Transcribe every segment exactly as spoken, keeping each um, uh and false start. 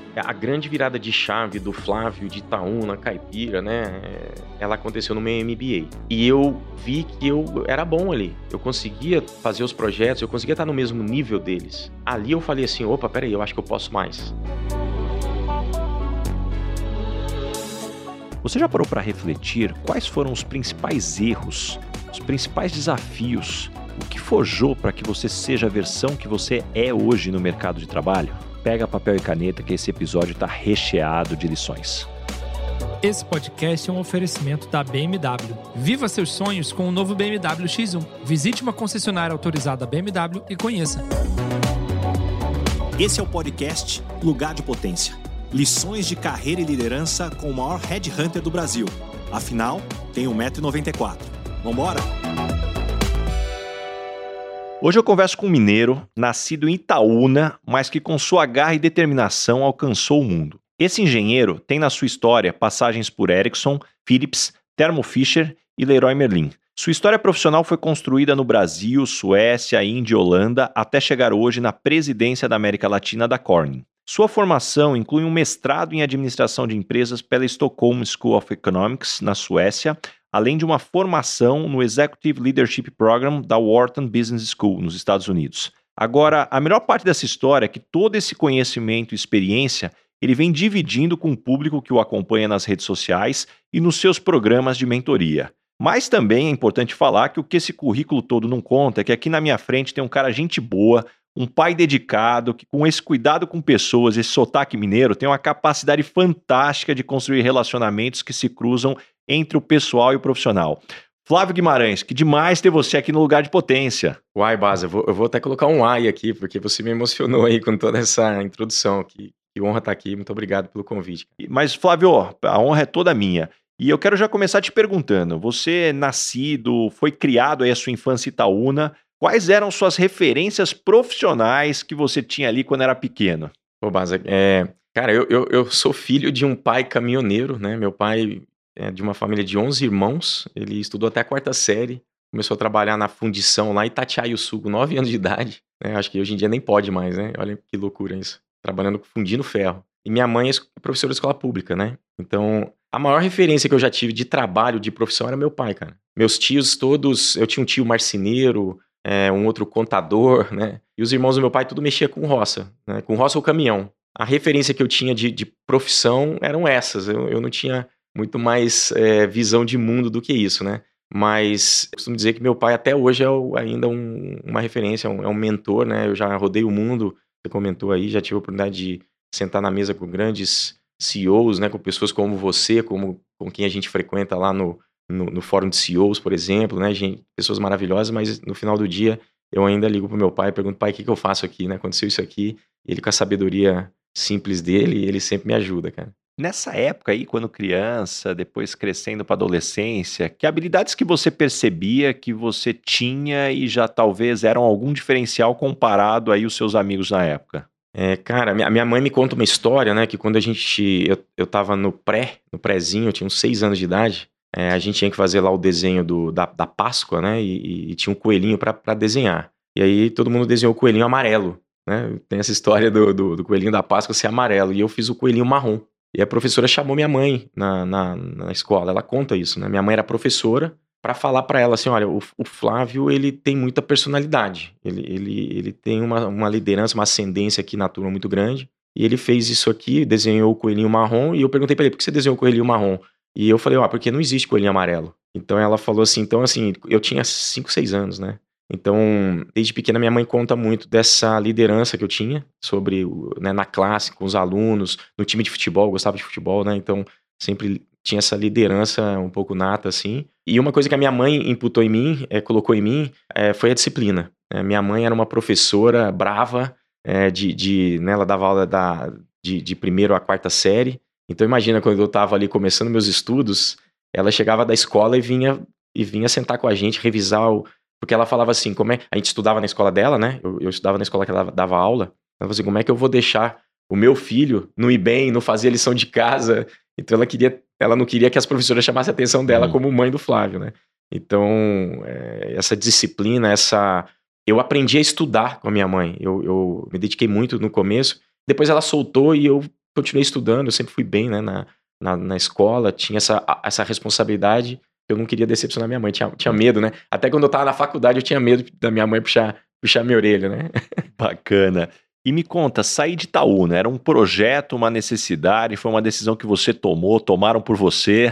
A grande virada de chave do Flávio de Itaúna, Caipira, né? Ela aconteceu no meu M B A. E eu vi que eu era bom ali. Eu conseguia fazer os projetos, eu conseguia estar no mesmo nível deles. Ali eu falei assim, opa, peraí, eu acho que eu posso mais. Você já parou para refletir quais foram os principais erros, os principais desafios, o que forjou para que você seja a versão que você é hoje no mercado de trabalho? Pega papel e caneta que esse episódio está recheado de lições. Esse podcast é um oferecimento da B M W. Viva seus sonhos com o novo B M W X um. Visite uma concessionária autorizada B M W e conheça. Esse é o podcast Lugar de Potência. Lições de carreira e liderança com o maior headhunter do Brasil. Afinal, tem um metro e noventa e quatro. Vambora? Hoje eu converso com um mineiro, nascido em Itaúna, mas que com sua garra e determinação alcançou o mundo. Esse engenheiro tem na sua história passagens por Ericsson, Philips, Thermo Fisher e Leroy Merlin. Sua história profissional foi construída no Brasil, Suécia, Índia e Holanda, até chegar hoje na presidência da América Latina da Corning. Sua formação inclui um mestrado em administração de empresas pela Stockholm School of Economics, na Suécia, além de uma formação no Executive Leadership Program da Wharton Business School, nos Estados Unidos. Agora, a melhor parte dessa história é que todo esse conhecimento e experiência ele vem dividindo com o público que o acompanha nas redes sociais e nos seus programas de mentoria. Mas também é importante falar que o que esse currículo todo não conta é que aqui na minha frente tem um cara gente boa, um pai dedicado, que com esse cuidado com pessoas, esse sotaque mineiro, tem uma capacidade fantástica de construir relacionamentos que se cruzam entre o pessoal e o profissional. Flávio Guimarães, que demais ter você aqui no Lugar de Potência. Uai, Baza, eu vou, eu vou até colocar um ai aqui, porque você me emocionou aí com toda essa introdução. Que, que honra estar aqui, muito obrigado pelo convite. Mas, Flávio, a honra é toda minha. E eu quero já começar te perguntando, você nascido, foi criado aí a sua infância em Itaúna, quais eram suas referências profissionais que você tinha ali quando era pequeno? Ô, Baza, é, cara, eu, eu, eu sou filho de um pai caminhoneiro, né? Meu pai é de uma família de onze irmãos, ele estudou até a quarta série, começou a trabalhar na fundição lá em Itatiaia-Sul, com nove anos de idade, né? Acho que hoje em dia nem pode mais, né? Olha que loucura isso, trabalhando fundindo ferro. E minha mãe é professora de escola pública, né? Então, a maior referência que eu já tive de trabalho, de profissão, era meu pai, cara. Meus tios todos, eu tinha um tio marceneiro, é, um outro contador, né? E os irmãos do meu pai tudo mexia com roça, né? Com roça ou caminhão. A referência que eu tinha de, de profissão eram essas, eu, eu não tinha muito mais é, visão de mundo do que isso, né? Mas eu costumo dizer que meu pai até hoje é o, ainda um, uma referência, é um, é um mentor, né? Eu já rodei o mundo, você comentou aí, já tive a oportunidade de sentar na mesa com grandes C E Os, né? Com pessoas como você, como com quem a gente frequenta lá no, no, no fórum de C E Os, por exemplo, né? Gente, pessoas maravilhosas, mas no final do dia eu ainda ligo pro meu pai e pergunto, pai, o que, que eu faço aqui, né? Aconteceu isso aqui, ele com a sabedoria simples dele, ele sempre me ajuda, cara. Nessa época aí, quando criança, depois crescendo para adolescência, que habilidades que você percebia que você tinha e já talvez eram algum diferencial comparado aí os seus amigos na época? É, cara, minha, minha mãe me conta uma história, né, que quando a gente, eu, eu tava no pré, no prézinho, eu tinha uns seis anos de idade, é, a gente tinha que fazer lá o desenho do, da, da Páscoa, né, e, e tinha um coelhinho pra, pra desenhar. E aí todo mundo desenhou o coelhinho amarelo, né, tem essa história do, do, do coelhinho da Páscoa ser amarelo, e eu fiz o coelhinho marrom. E a professora chamou minha mãe na, na, na escola, ela conta isso, né? Minha mãe era professora, para falar para ela assim, olha, o, o Flávio, ele tem muita personalidade, ele, ele, ele tem uma, uma liderança, uma ascendência aqui na turma muito grande, e ele fez isso aqui, desenhou o coelhinho marrom, e eu perguntei para ele, por que você desenhou o coelhinho marrom? E eu falei, ó, ah, porque não existe coelhinho amarelo. Então ela falou assim, então assim, eu tinha cinco, seis anos, né? Então, desde pequena, minha mãe conta muito dessa liderança que eu tinha sobre, né, na classe, com os alunos, no time de futebol, eu gostava de futebol, né? Então, sempre tinha essa liderança um pouco nata, assim. E uma coisa que a minha mãe imputou em mim, é, colocou em mim, é, foi a disciplina. É, minha mãe era uma professora brava, é, de, de, né, ela dava aula da, de, de primeiro a quarta série. Então, imagina, quando eu estava ali começando meus estudos, ela chegava da escola e vinha, e vinha sentar com a gente, revisar o... Porque ela falava assim, como é... A gente estudava na escola dela, né? Eu, eu estudava na escola que ela dava aula. Ela falava assim, como é que eu vou deixar o meu filho não ir bem, não fazer a lição de casa? Então ela queria... Ela não queria que as professoras chamassem a atenção dela uhum. como mãe do Flávio, né? Então, é, essa disciplina, essa... Eu aprendi a estudar com a minha mãe. Eu, eu me dediquei muito no começo. Depois ela soltou e eu continuei estudando, eu sempre fui bem, né, na, na, na escola, tinha essa, essa responsabilidade, eu não queria decepcionar minha mãe, tinha, tinha medo, né? Até quando eu tava na faculdade, eu tinha medo da minha mãe puxar, puxar minha orelha, né? Bacana. E me conta, sair de Itaúna, era um projeto, uma necessidade, foi uma decisão que você tomou, tomaram por você?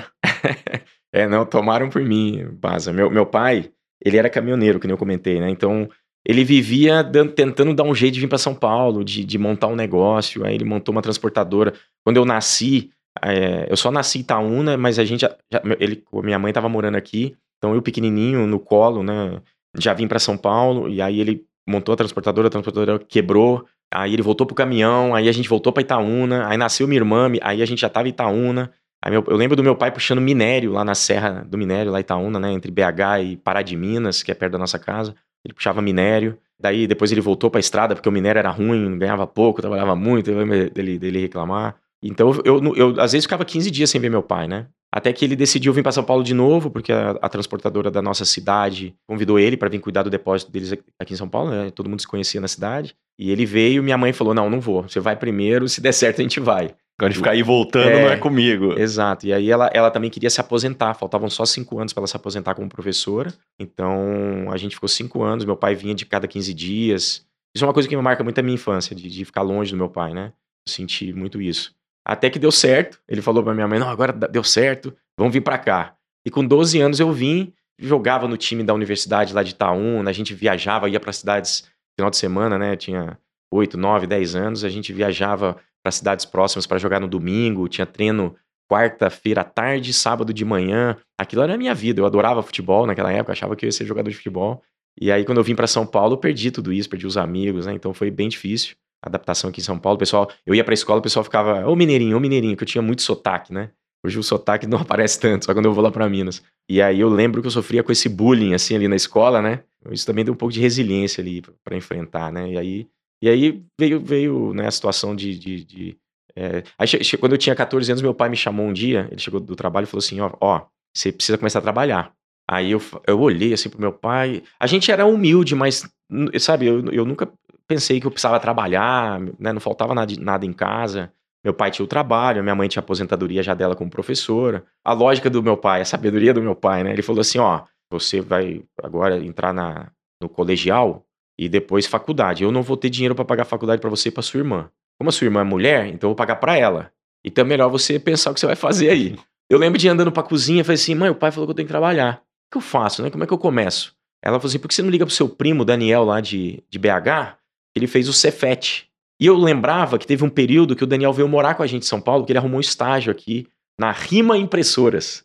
É, não, tomaram por mim, Baza. Meu, meu pai, ele era caminhoneiro, que nem eu comentei, né? Então, ele vivia dando, tentando dar um jeito de vir para São Paulo, de, de montar um negócio. Aí ele montou uma transportadora. Quando eu nasci, é, eu só nasci em Itaúna, mas a gente, já, ele, minha mãe estava morando aqui, então eu pequenininho, no colo, né? Já vim para São Paulo, e aí ele montou a transportadora, a transportadora quebrou, aí ele voltou pro caminhão, aí a gente voltou para Itaúna, aí nasceu minha irmã, aí a gente já tava em Itaúna. Aí meu, eu lembro do meu pai puxando minério lá na Serra do Minério, lá em Itaúna, né? Entre B H e Pará de Minas, que é perto da nossa casa. Ele puxava minério. Daí depois ele voltou pra estrada, porque o minério era ruim, ganhava pouco, trabalhava muito, eu lembro dele, dele reclamar. Então eu, eu, eu, às vezes, ficava quinze dias sem ver meu pai, né? Até que ele decidiu vir para São Paulo de novo, porque a, a transportadora da nossa cidade convidou ele para vir cuidar do depósito deles aqui em São Paulo, né? Todo mundo se conhecia na cidade. E ele veio, minha mãe falou, não, não vou, você vai primeiro, se der certo a gente vai. Quando ficar aí voltando, é, não é comigo. Exato. E aí ela, ela também queria se aposentar. Faltavam só cinco anos para ela se aposentar como professora. Então, a gente ficou cinco anos. Meu pai vinha de cada quinze dias. Isso é uma coisa que me marca muito a minha infância, de, de ficar longe do meu pai, né? Eu senti muito isso. Até que deu certo. Ele falou pra minha mãe, não, agora deu certo, vamos vir pra cá. E com doze anos eu vim, jogava no time da universidade lá de Itaúna, a gente viajava, ia para cidades final de semana, né? Tinha oito, nove, dez anos, a gente viajava para cidades próximas para jogar no domingo, tinha treino quarta-feira à tarde, sábado de manhã. Aquilo era a minha vida, eu adorava futebol naquela época, achava que eu ia ser jogador de futebol. E aí quando eu vim para São Paulo, eu perdi tudo isso, perdi os amigos, né? Então foi bem difícil a adaptação aqui em São Paulo. O pessoal, eu ia pra escola, o pessoal ficava, ô mineirinho, ô mineirinho, que eu tinha muito sotaque, né? Hoje o sotaque não aparece tanto, só quando eu vou lá pra Minas. E aí eu lembro que eu sofria com esse bullying, assim, ali na escola, né? Isso também deu um pouco de resiliência ali pra enfrentar, né? E aí, e aí veio, veio né, a situação de... de, de é... Aí che- che- quando eu tinha catorze anos, meu pai me chamou um dia, ele chegou do trabalho e falou assim, ó, ó, você precisa começar a trabalhar. Aí eu, eu olhei assim pro meu pai, a gente era humilde, mas, sabe, eu, eu nunca pensei que eu precisava trabalhar, né? Não faltava nada, nada em casa. Meu pai tinha o trabalho, minha mãe tinha a aposentadoria já dela como professora. A lógica do meu pai, a sabedoria do meu pai, né? Ele falou assim, ó, você vai agora entrar na, no colegial e depois faculdade. Eu não vou ter dinheiro para pagar a faculdade para você e para sua irmã. Como a sua irmã é mulher, então eu vou pagar para ela. Então é melhor você pensar o que você vai fazer aí. Eu lembro de ir andando pra cozinha e falei assim, mãe, o pai falou que eu tenho que trabalhar. O que eu faço, né? Como é que eu começo? Ela falou assim, por que você não liga pro seu primo, Daniel, lá de, de B H? Ele fez o Cefet. E eu lembrava que teve um período que o Daniel veio morar com a gente em São Paulo, que ele arrumou um estágio aqui na Rima Impressoras.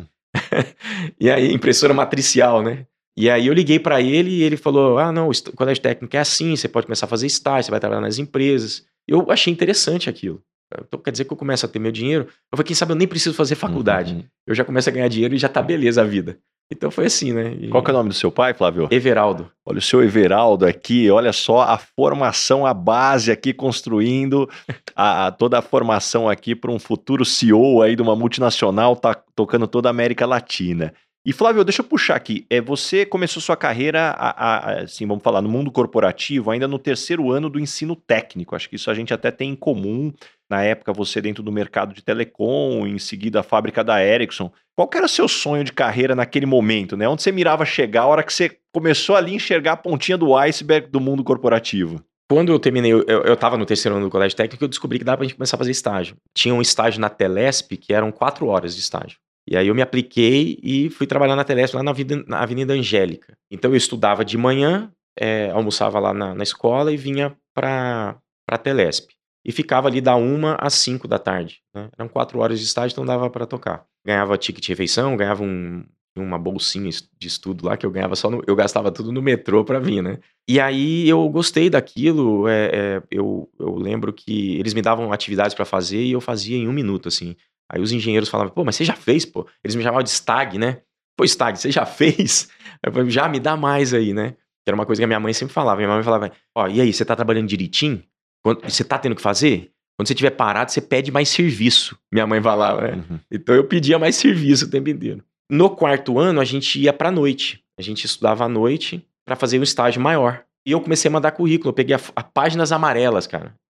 E aí, impressora matricial, né? E aí eu liguei pra ele e ele falou, ah, não, o colégio técnico é assim, você pode começar a fazer estágio, você vai trabalhar nas empresas. Eu achei interessante aquilo. Então quer dizer que eu começo a ter meu dinheiro. Eu falei, quem sabe eu nem preciso fazer faculdade. Uhum. Eu já começo a ganhar dinheiro e já tá beleza a vida. Então foi assim, né? E... Qual que é o nome do seu pai, Flávio? Everaldo. Olha o seu Everaldo aqui, olha só a formação, a base aqui construindo, a, a, toda a formação aqui para um futuro C E O aí de uma multinacional, tá tocando toda a América Latina. E Flávio, deixa eu puxar aqui, é, você começou sua carreira, a, a, assim, vamos falar, no mundo corporativo, ainda no terceiro ano do ensino técnico, acho que isso a gente até tem em comum, na época você dentro do mercado de telecom, em seguida a fábrica da Ericsson. Qual que era o seu sonho de carreira naquele momento, né? Onde você mirava chegar, a hora que você começou ali a enxergar a pontinha do iceberg do mundo corporativo? Quando eu terminei, eu, eu tava no terceiro ano do colégio técnico, eu descobri que dava pra gente começar a fazer estágio. Tinha um estágio na Telesp, que eram quatro horas de estágio. E aí eu me apliquei e fui trabalhar na Telesp, lá na, vida, na Avenida Angélica. Então eu estudava de manhã, é, almoçava lá na, na escola e vinha pra, pra Telesp. E ficava ali da uma às cinco da tarde, né? Eram quatro horas de estágio, então dava pra tocar. Ganhava ticket de refeição, ganhava um, uma bolsinha de estudo lá, que eu ganhava só no... Eu gastava tudo no metrô pra vir, né? E aí eu gostei daquilo, é, é, eu, eu lembro que eles me davam atividades pra fazer e eu fazia em um minuto, assim. Aí os engenheiros falavam, pô, mas você já fez, pô? Eles me chamavam de Stag, né? Pô, Stag, você já fez? Eu falei, já me dá mais aí, né? Que era uma coisa que a minha mãe sempre falava. Minha mãe falava, ó, e aí, você tá trabalhando direitinho? Você tá tendo que fazer? Quando você estiver parado, você pede mais serviço. Minha mãe falava, né? Uhum. Então eu pedia mais serviço o tempo inteiro. No quarto ano, a gente ia pra noite. A gente estudava à noite pra fazer um estágio maior. E eu comecei a mandar currículo. Eu peguei a, a páginas amarelas, cara.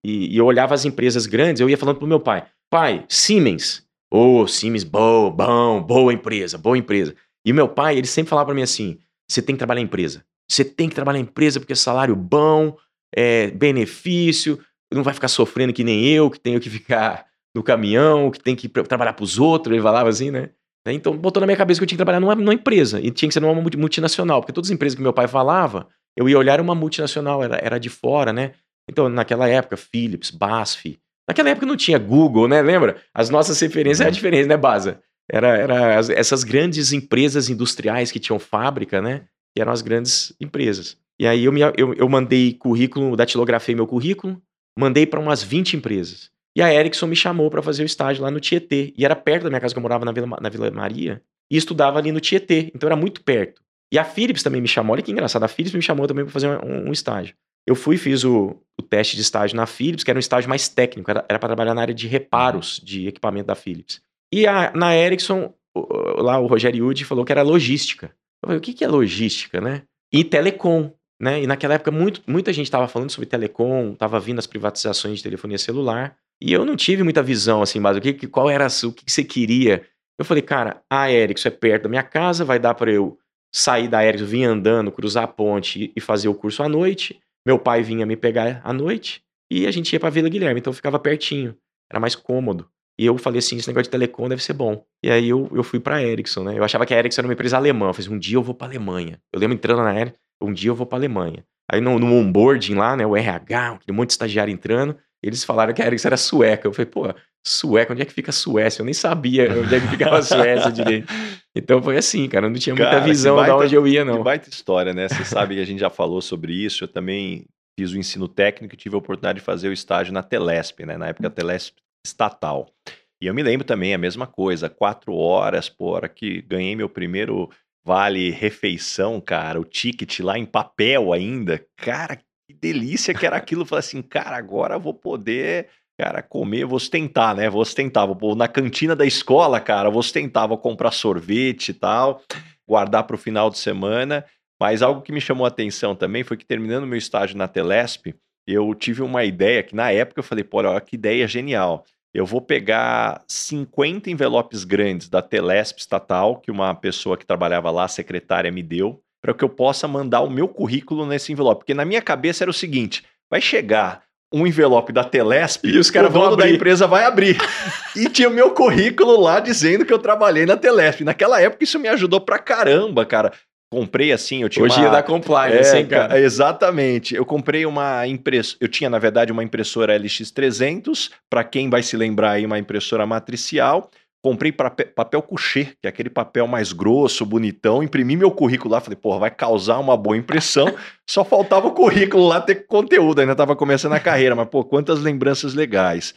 E, e eu olhava as empresas grandes, eu ia falando pro meu pai, pai, Siemens, ô, oh, Siemens, bom, bom, boa empresa, boa empresa. E o meu pai, ele sempre falava pra mim assim, você tem que trabalhar em empresa, você tem que trabalhar em empresa porque é salário bom, é benefício, não vai ficar sofrendo que nem eu, que tenho que ficar no caminhão, que tem que trabalhar pros outros, ele falava assim, né? Então botou na minha cabeça que eu tinha que trabalhar numa, numa empresa, e tinha que ser numa multinacional, porque todas as empresas que meu pai falava, eu ia olhar, era uma multinacional, era, era de fora, né? Então, naquela época, Philips, B A S F, naquela época não tinha Google, né? Lembra? As nossas referências eram diferentes, né, Baza? Era, era as, essas grandes empresas industriais que tinham fábrica, né? Que eram as grandes empresas. E aí eu, me, eu, eu mandei currículo, datilografei meu currículo, mandei para umas vinte empresas. E a Ericsson me chamou para fazer o estágio lá no Tietê. E era perto da minha casa, que eu morava na Vila, na Vila Maria, e estudava ali no Tietê. Então era muito perto. E a Philips também me chamou, olha que engraçado, a Philips me chamou também para fazer um, um estágio. Eu fui e fiz o, o teste de estágio na Philips, que era um estágio mais técnico, era para trabalhar na área de reparos de equipamento da Philips. E a, na Ericsson, o, lá o Rogério Yudi falou que era logística. Eu falei, o que, que é logística, né? E telecom, né? E naquela época muito, muita gente estava falando sobre telecom, estava vindo as privatizações de telefonia celular, e eu não tive muita visão, assim, mas o que, qual era, o que você queria? Eu falei, cara, a Ericsson é perto da minha casa, vai dar para eu sair da Ericsson, vir andando, cruzar a ponte e fazer o curso à noite. Meu pai vinha me pegar à noite e a gente ia pra Vila Guilherme, então ficava pertinho, era mais cômodo. E eu falei assim, esse negócio de telecom deve ser bom. E aí eu, eu fui pra Ericsson, né? Eu achava que a Ericsson era uma empresa alemã. Eu falei, um dia eu vou pra Alemanha. Eu lembro entrando na Ericsson, um dia eu vou pra Alemanha. Aí no, no onboarding lá, né, o R H, aquele monte de estagiário entrando, eles falaram que a Ericsson era sueca. Eu falei, pô, sueca, onde é que fica a Suécia? Eu nem sabia onde é que ficava a Suécia direito. Então foi assim, cara, eu não tinha muita Cara, visão baita, de onde eu ia, não. Que baita história, né? Você sabe que a gente já falou sobre isso, eu também fiz o ensino técnico e tive a oportunidade de fazer o estágio na Telesp, né? Na época, a Telesp estatal. E eu me lembro também a mesma coisa, quatro horas, pô, hora que ganhei meu primeiro vale refeição, cara, o ticket lá em papel ainda, cara, que delícia que era aquilo. Eu falei assim, cara, agora eu vou poder, cara, comer, vou ostentar, né? Vou ostentar, vou na cantina da escola, cara, vou ostentar, vou comprar sorvete e tal, guardar para o final de semana. Mas algo que me chamou a atenção também foi que, terminando meu estágio na Telesp, eu tive uma ideia que na época eu falei, pô, olha que ideia genial. Eu vou pegar cinquenta envelopes grandes da Telesp estatal, que uma pessoa que trabalhava lá, secretária, me deu, para que eu possa mandar o meu currículo nesse envelope. Porque na minha cabeça era o seguinte, vai chegar um envelope da Telesp e os caras, o dono da empresa vai abrir. E tinha o meu currículo lá dizendo que eu trabalhei na Telesp. Naquela época isso me ajudou pra caramba, cara. Comprei assim, eu tinha Hoje uma... ia dar compliance, é, hein, cara? Exatamente. Eu comprei uma impressora, eu tinha, na verdade, uma impressora L X trezentos, para quem vai se lembrar aí, uma impressora matricial. Comprei papel, papel couché, que é aquele papel mais grosso, bonitão. Imprimi meu currículo lá, falei, porra, vai causar uma boa impressão. Só faltava o currículo lá ter conteúdo, ainda estava começando a carreira, mas, pô, quantas lembranças legais.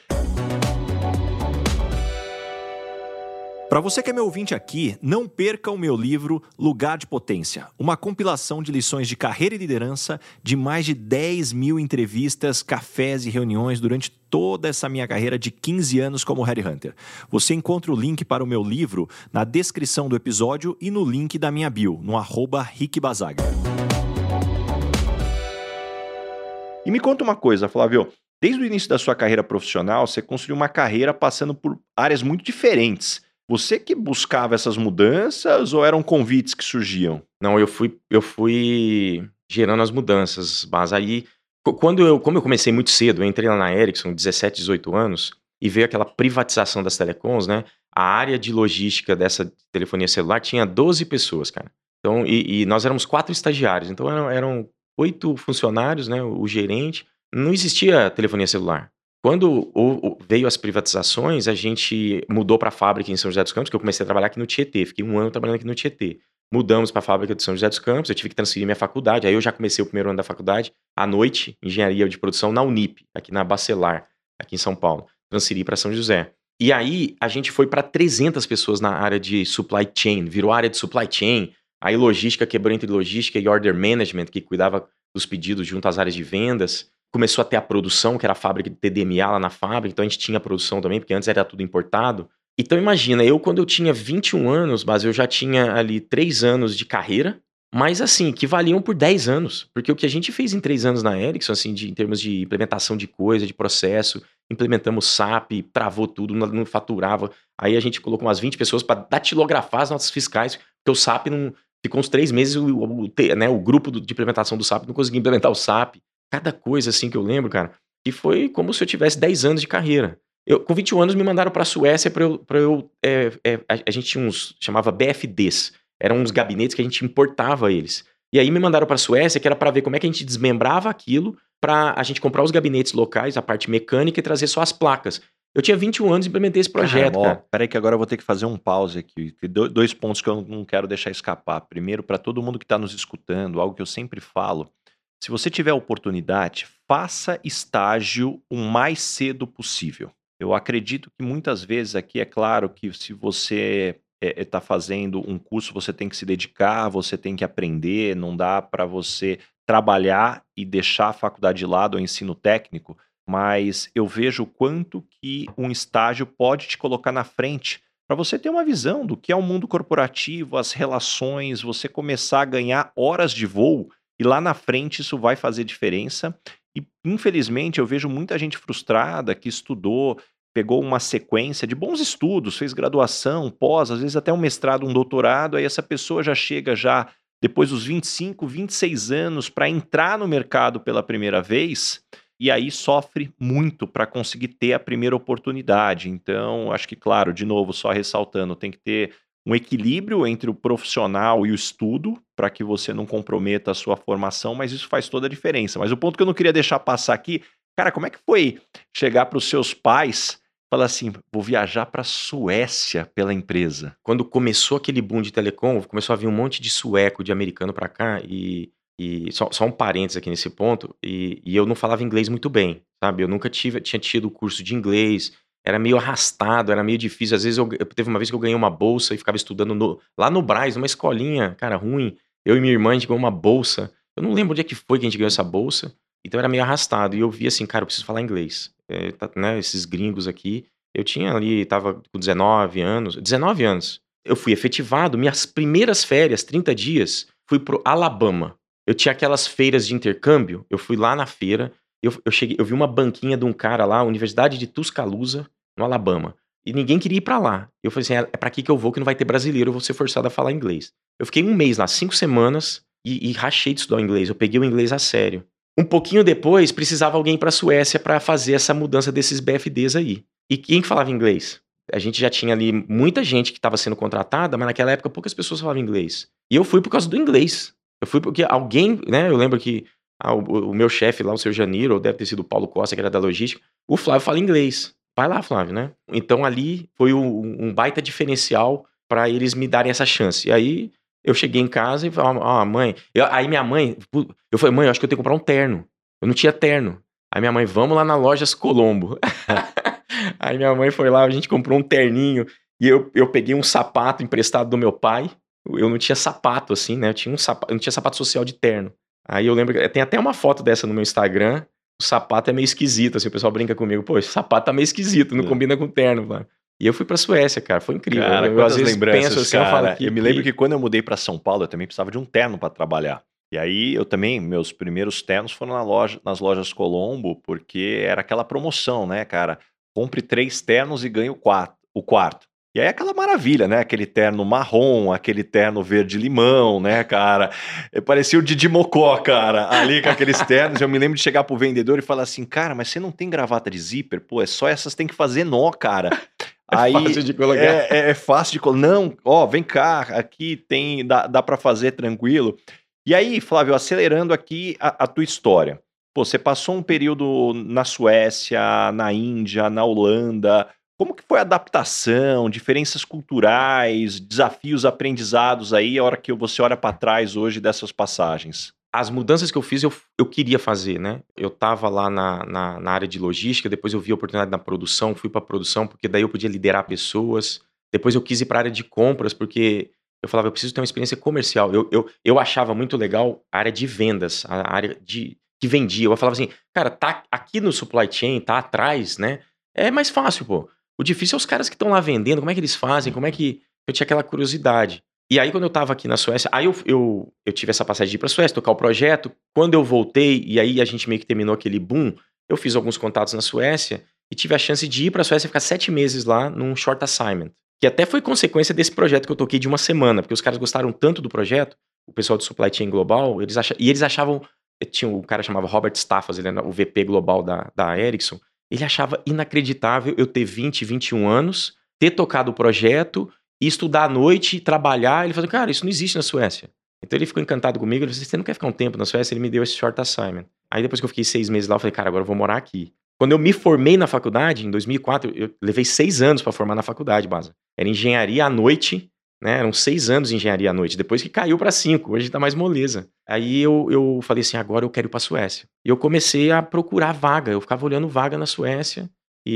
Para você que é meu ouvinte aqui, não perca o meu livro Lugar de Potência, uma compilação de lições de carreira e liderança de mais de dez mil entrevistas, cafés e reuniões durante toda essa minha carreira de quinze anos como headhunter. Você encontra o link para o meu livro na descrição do episódio e no link da minha bio, no arroba Rick Basaga. E me conta uma coisa, Flávio, desde o início da sua carreira profissional, você construiu uma carreira passando por áreas muito diferentes. Você que buscava essas mudanças ou eram convites que surgiam? Não, eu fui, eu fui gerando as mudanças, mas aí, quando eu, como eu comecei muito cedo, eu entrei lá na Ericsson, dezessete, dezoito anos, e veio aquela privatização das telecoms, né? A área de logística dessa telefonia celular tinha doze pessoas, cara. Então, e, e nós éramos quatro estagiários, então eram, eram oito funcionários, né? O, o gerente. Não existia telefonia celular. Quando o, o, veio as privatizações, a gente mudou para a fábrica em São José dos Campos, que eu comecei a trabalhar aqui no Tietê. Fiquei um ano trabalhando aqui no Tietê. Mudamos para a fábrica de São José dos Campos, eu tive que transferir minha faculdade. Aí eu já comecei o primeiro ano da faculdade, à noite, engenharia de produção na Unip, aqui na Bacelar, aqui em São Paulo. Transferi para São José. E aí a gente foi para trezentas pessoas na área de supply chain, virou área de supply chain. Aí logística quebrou entre logística e order management, que cuidava dos pedidos junto às áreas de vendas. Começou a ter a produção, que era a fábrica de T D M A lá na fábrica, então a gente tinha produção também, porque antes era tudo importado. Então imagina, eu quando eu tinha vinte e um anos, mas eu já tinha ali três anos de carreira, mas assim, que valiam por dez anos. Porque o que a gente fez em três anos na Ericsson, assim, de, em termos de implementação de coisa, de processo, implementamos S A P, travou tudo, não, não faturava. Aí a gente colocou umas vinte pessoas para datilografar as notas fiscais, porque o S A P não... Ficou uns três meses, o, o, o, né, o grupo do, de implementação do S A P não conseguia implementar o S A P. Cada coisa assim que eu lembro, cara, que foi como se eu tivesse dez anos de carreira. Eu, com vinte e um anos me mandaram para a Suécia para eu... Pra eu é, é, a, a gente tinha uns... chamava B F Ds. Eram uns gabinetes que a gente importava eles. E aí me mandaram para a Suécia, que era para ver como é que a gente desmembrava aquilo para a gente comprar os gabinetes locais, a parte mecânica e trazer só as placas. Eu tinha vinte e um anos e implementei esse projeto, Caramba, ó, cara. Peraí que agora eu vou ter que fazer um pause aqui. Tem do- dois pontos que eu não quero deixar escapar. Primeiro, para todo mundo que está nos escutando, algo que eu sempre falo. Se você tiver oportunidade, faça estágio o mais cedo possível. Eu acredito que muitas vezes aqui, é claro que se você está fazendo um curso, você tem que se dedicar, você tem que aprender, não dá para você trabalhar e deixar a faculdade de lado, o ensino técnico, mas eu vejo o quanto que um estágio pode te colocar na frente para você ter uma visão do que é o mundo corporativo, as relações, você começar a ganhar horas de voo e lá na frente isso vai fazer diferença. E infelizmente eu vejo muita gente frustrada que estudou, pegou uma sequência de bons estudos, fez graduação, pós, às vezes até um mestrado, um doutorado, aí essa pessoa já chega já depois dos vinte e cinco, vinte e seis anos para entrar no mercado pela primeira vez. E aí sofre muito para conseguir ter a primeira oportunidade. Então, acho que, claro, de novo, só ressaltando, tem que ter um equilíbrio entre o profissional e o estudo para que você não comprometa a sua formação, mas isso faz toda a diferença. Mas o ponto que eu não queria deixar passar aqui, cara, como é que foi chegar para os seus pais e falar assim, vou viajar para a Suécia pela empresa? Quando começou aquele boom de telecom, começou a vir um monte de sueco, de americano para cá e... E só, só um parênteses aqui nesse ponto, e, e eu não falava inglês muito bem, sabe? Eu nunca tive, tinha tido curso de inglês, era meio arrastado, era meio difícil. Às vezes, eu, eu teve uma vez que eu ganhei uma bolsa e ficava estudando no, lá no Brás, numa escolinha, cara, ruim. Eu e minha irmã, a gente ganhou uma bolsa. Eu não lembro onde é que foi que a gente ganhou essa bolsa, então era meio arrastado. E eu vi assim, cara, eu preciso falar inglês. É, tá, né, esses gringos aqui, eu tinha ali, tava com dezenove anos, dezenove anos. Eu fui efetivado, minhas primeiras férias, trinta dias, fui pro Alabama. Eu tinha aquelas feiras de intercâmbio, eu fui lá na feira, eu, eu, cheguei, eu vi uma banquinha de um cara lá, Universidade de Tuscaloosa, no Alabama, e ninguém queria ir pra lá. Eu falei assim, é, é pra aqui que eu vou, que não vai ter brasileiro, eu vou ser forçado a falar inglês. Eu fiquei um mês lá, cinco semanas, e, e rachei de estudar o inglês, eu peguei o inglês a sério. Um pouquinho depois, precisava alguém pra Suécia pra fazer essa mudança desses B F Ds aí. E quem que falava inglês? A gente já tinha ali muita gente que estava sendo contratada, mas naquela época poucas pessoas falavam inglês. E eu fui por causa do inglês. Eu fui porque alguém, né, eu lembro que ah, o, o meu chefe lá, o seu Janiro, ou deve ter sido o Paulo Costa, que era da logística, o Flávio fala inglês. Vai lá, Flávio, né? Então ali foi um, um baita diferencial para eles me darem essa chance. E aí eu cheguei em casa e falei, ó, oh, mãe... Eu, aí minha mãe, eu falei, mãe, eu acho que eu tenho que comprar um terno. Eu não tinha terno. Aí minha mãe, vamos lá na Lojas Colombo. Aí minha mãe foi lá, a gente comprou um terninho, e eu, eu peguei um sapato emprestado do meu pai. Eu não tinha sapato, assim, né? Eu, tinha um sapato, eu não tinha sapato social de terno. Aí eu lembro, tem até uma foto dessa no meu Instagram, o sapato é meio esquisito, assim, o pessoal brinca comigo, pô, esse sapato tá meio esquisito, não é. combina com terno, mano. E eu fui pra Suécia, cara, foi incrível. Cara, eu, eu às vezes lembranças, penso assim, cara. eu falo que... Eu me lembro que quando eu mudei pra São Paulo, eu também precisava de um terno pra trabalhar. E aí eu também, meus primeiros ternos foram na loja, nas lojas Colombo, porque era aquela promoção, né, cara? Compre três ternos e ganhe o quarto. O quarto. E aí é aquela maravilha, né? Aquele terno marrom, aquele terno verde-limão, né, cara? Eu parecia o Didi Mocó, cara, ali com aqueles ternos. Eu me lembro de chegar pro vendedor e falar assim, cara, mas você não tem gravata de zíper? Pô, é só essas tem que fazer nó, cara. É aí, fácil de colocar. É, é, é fácil de colocar. Não, ó, vem cá, aqui tem, dá, dá pra fazer tranquilo. E aí, Flávio, acelerando aqui a, a tua história. Pô, você passou um período na Suécia, na Índia, na Holanda. Como que foi a adaptação, diferenças culturais, desafios, aprendizados aí, a hora que você olha para trás hoje dessas passagens? As mudanças que eu fiz, eu, eu queria fazer, né? Eu tava lá na, na, na área de logística, depois eu vi a oportunidade na produção, fui pra produção, porque daí eu podia liderar pessoas. Depois eu quis ir pra área de compras, porque eu falava, eu preciso ter uma experiência comercial. Eu, eu, eu achava muito legal a área de vendas, a área de que vendia. Eu falava assim, cara, tá aqui no supply chain, tá atrás, né? É mais fácil, pô. O difícil é os caras que estão lá vendendo, como é que eles fazem, como é que... Eu tinha aquela curiosidade. E aí, quando eu tava aqui na Suécia, aí eu, eu, eu tive essa passagem de ir pra Suécia, tocar o projeto. Quando eu voltei, e aí a gente meio que terminou aquele boom, eu fiz alguns contatos na Suécia e tive a chance de ir pra Suécia e ficar sete meses lá num short assignment. Que até foi consequência desse projeto que eu toquei de uma semana, porque os caras gostaram tanto do projeto, o pessoal do Supply Chain Global, eles ach... e eles achavam, tinha um cara chamava Robert Staffas, ele era o V P global da, da Ericsson, ele achava inacreditável eu ter vinte, vinte e um anos, ter tocado o projeto, e estudar à noite, trabalhar. Ele falou, cara, isso não existe na Suécia. Então ele ficou encantado comigo, ele falou, você não quer ficar um tempo na Suécia? Ele me deu esse short assignment. Aí depois que eu fiquei seis meses lá, eu falei, cara, agora eu vou morar aqui. Quando eu me formei na faculdade, em dois mil e quatro, eu levei seis anos para formar na faculdade, Baza. Era engenharia à noite, né? Eram seis anos de engenharia à noite, depois que caiu para cinco, hoje tá mais moleza. Aí eu, eu falei assim, agora eu quero ir pra Suécia. E eu comecei a procurar vaga, eu ficava olhando vaga na Suécia,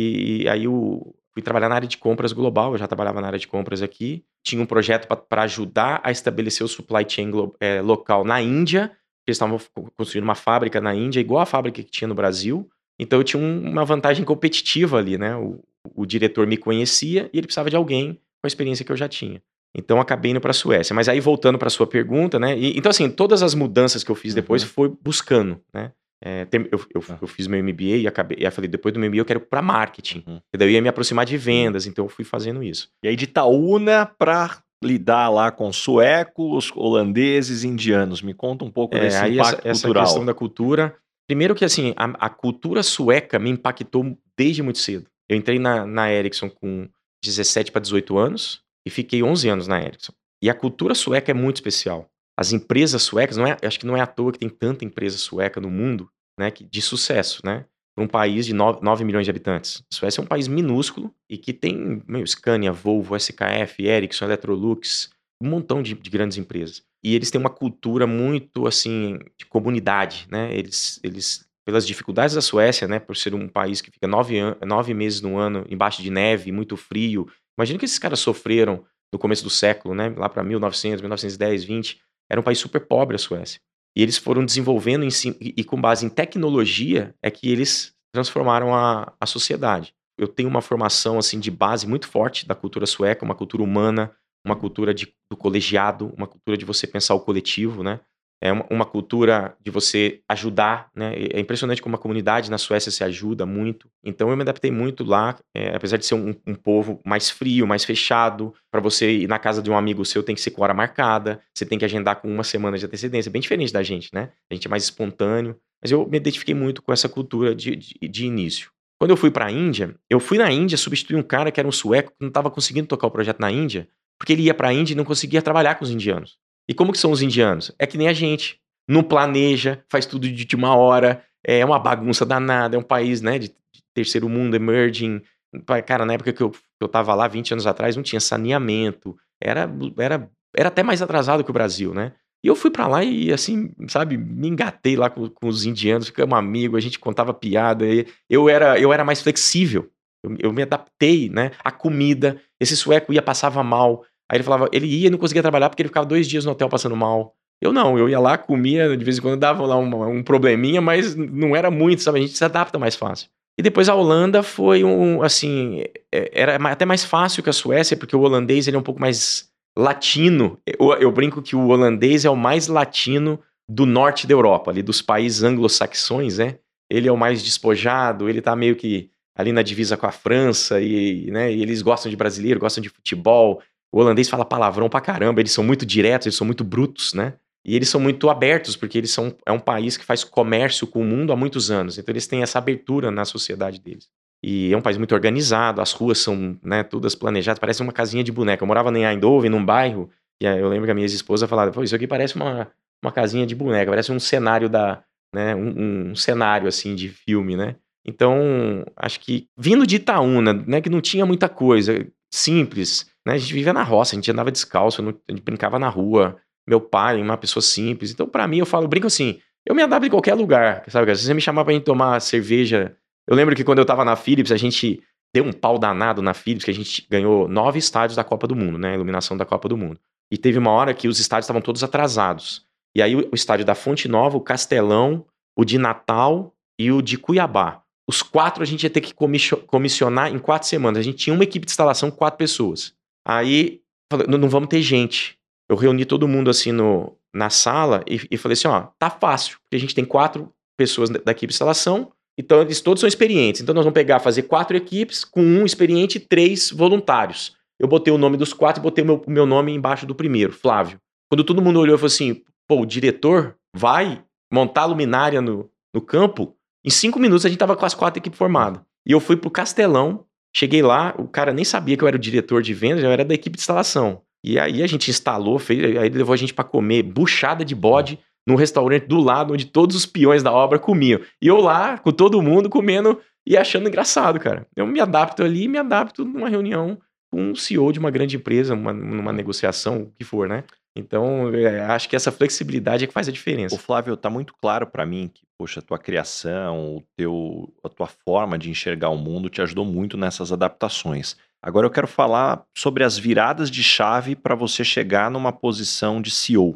e aí eu fui trabalhar na área de compras global, eu já trabalhava na área de compras aqui. Tinha um projeto para ajudar a estabelecer o supply chain é, local na Índia, eles estavam construindo uma fábrica na Índia, igual a fábrica que tinha no Brasil. Então eu tinha um, uma vantagem competitiva ali, né? O, o diretor me conhecia e ele precisava de alguém com a experiência que eu já tinha. Então eu acabei indo para a Suécia. Mas aí voltando para a sua pergunta, né? E, então assim, todas as mudanças que eu fiz depois uhum. foi buscando, né? É, tem, eu, eu, eu fiz meu M B A e acabei, e aí falei, depois do meu M B A eu quero ir para marketing. Uhum. E daí eu ia me aproximar de vendas, então eu fui fazendo isso. E aí de Itaúna para lidar lá com suecos, holandeses, indianos. Me conta um pouco é, desse aí impacto essa, cultural. Essa questão da cultura. Primeiro que assim, a, a cultura sueca me impactou desde muito cedo. Eu entrei na, na Ericsson com dezessete para dezoito anos e fiquei onze anos na Ericsson. E a cultura sueca é muito especial. As empresas suecas, não é, acho que não é à toa que tem tanta empresa sueca no mundo, né, que, de sucesso, né? Para um país de nove milhões de habitantes. A Suécia é um país minúsculo e que tem meu, Scania, Volvo, S K F, Ericsson, Electrolux, um montão de, de grandes empresas. E eles têm uma cultura muito, assim, de comunidade, né? Eles, eles, pelas dificuldades da Suécia, né, por ser um país que fica nove, an- nove meses no ano embaixo de neve, muito frio. Imagina que esses caras sofreram no começo do século, né? Lá para mil e novecentos, mil novecentos e dez, vinte. Era um país super pobre a Suécia. E eles foram desenvolvendo em si, e, e com base em tecnologia é que eles transformaram a, a sociedade. Eu tenho uma formação assim de base muito forte da cultura sueca, uma cultura humana, uma cultura de, do colegiado, uma cultura de você pensar o coletivo, né? É uma, uma cultura de você ajudar, né? É impressionante como a comunidade na Suécia se ajuda muito. Então eu me adaptei muito lá, é, apesar de ser um, um povo mais frio, mais fechado. Para você ir na casa de um amigo seu tem que ser com hora marcada, você tem que agendar com uma semana de antecedência, bem diferente da gente, né? A gente é mais espontâneo. Mas eu me identifiquei muito com essa cultura de, de, de início. Quando eu fui para a Índia, eu fui na Índia substituir um cara que era um sueco que não estava conseguindo tocar o projeto na Índia, porque ele ia para a Índia e não conseguia trabalhar com os indianos. E como que são os indianos? É que nem a gente. Não planeja, faz tudo de última hora, é uma bagunça danada, é um país, né, de terceiro mundo, emerging. Cara, na época que eu, que eu tava lá, vinte anos atrás, não tinha saneamento, era, era, era até mais atrasado que o Brasil, né? E eu fui pra lá e, assim, sabe, me engatei lá com, com os indianos, ficamos amigos, a gente contava piada, e eu era, eu era mais flexível, eu, eu me adaptei, né? A comida, esse sueco ia, passava mal, aí ele falava, ele ia e não conseguia trabalhar porque ele ficava dois dias no hotel passando mal. Eu não, eu ia lá, comia, de vez em quando dava lá um, um probleminha, mas não era muito, sabe? A gente se adapta mais fácil. E depois a Holanda foi um, assim, era até mais fácil que a Suécia, porque o holandês ele é um pouco mais latino. Eu, eu brinco que o holandês é o mais latino do norte da Europa, ali dos países anglo-saxões, né? Ele é o mais despojado, ele tá meio que ali na divisa com a França, e, né, e eles gostam de brasileiro, gostam de futebol. O holandês fala palavrão pra caramba, eles são muito diretos, eles são muito brutos, né? E eles são muito abertos, porque eles são, é um país que faz comércio com o mundo há muitos anos. Então eles têm essa abertura na sociedade deles. E é um país muito organizado, as ruas são, né, todas planejadas, parece uma casinha de boneca. Eu morava em Eindhoven, num bairro, e eu lembro que a minha ex-esposa falava, pô, isso aqui parece uma, uma casinha de boneca, parece um cenário da, né, um, um cenário assim de filme, né? Então, acho que vindo de Itaúna, né, que não tinha muita coisa, simples, né? A gente vivia na roça, a gente andava descalço, a gente brincava na rua. Meu pai, uma pessoa simples. Então, pra mim, eu falo, eu brinco assim, eu me adapto em qualquer lugar, sabe? Se você me chamar pra gente tomar cerveja... Eu lembro que quando eu tava na Philips, a gente deu um pau danado na Philips, que a gente ganhou nove estádios da Copa do Mundo, né? A iluminação da Copa do Mundo. E teve uma hora que os estádios estavam todos atrasados. E aí o, o estádio da Fonte Nova, o Castelão, o de Natal e o de Cuiabá. Os quatro a gente ia ter que comissionar em quatro semanas. A gente tinha uma equipe de instalação com quatro pessoas. Aí, falei, não, não vamos ter gente. eu reuni todo mundo assim no, na sala e, e falei assim, ó, tá fácil, porque a gente tem quatro pessoas da, da equipe de instalação, então eles todos são experientes, então nós vamos pegar, fazer quatro equipes com um experiente e três voluntários. Eu botei o nome dos quatro e botei o meu, meu nome embaixo do primeiro, Flávio. Quando todo mundo olhou e falou assim, pô, o diretor vai montar a luminária no, no campo, em cinco minutos a gente tava com as quatro equipes formadas. E eu fui pro Castelão, cheguei lá, o cara nem sabia que eu era o diretor de vendas, eu era da equipe de instalação. E aí a gente instalou, fez, aí ele levou a gente para comer buchada de bode num restaurante do lado, onde todos os peões da obra comiam. E eu lá, com todo mundo, comendo e achando engraçado, cara. Eu me adapto ali, me adapto numa reunião com um C E O de uma grande empresa, uma, numa negociação, o que for, né? Então, é, acho que essa flexibilidade é que faz a diferença. O Flávio, tá muito claro para mim que, poxa, a tua criação, o teu, a tua forma de enxergar o mundo te ajudou muito nessas adaptações. Agora eu quero falar sobre as viradas de chave para você chegar numa posição de C E O,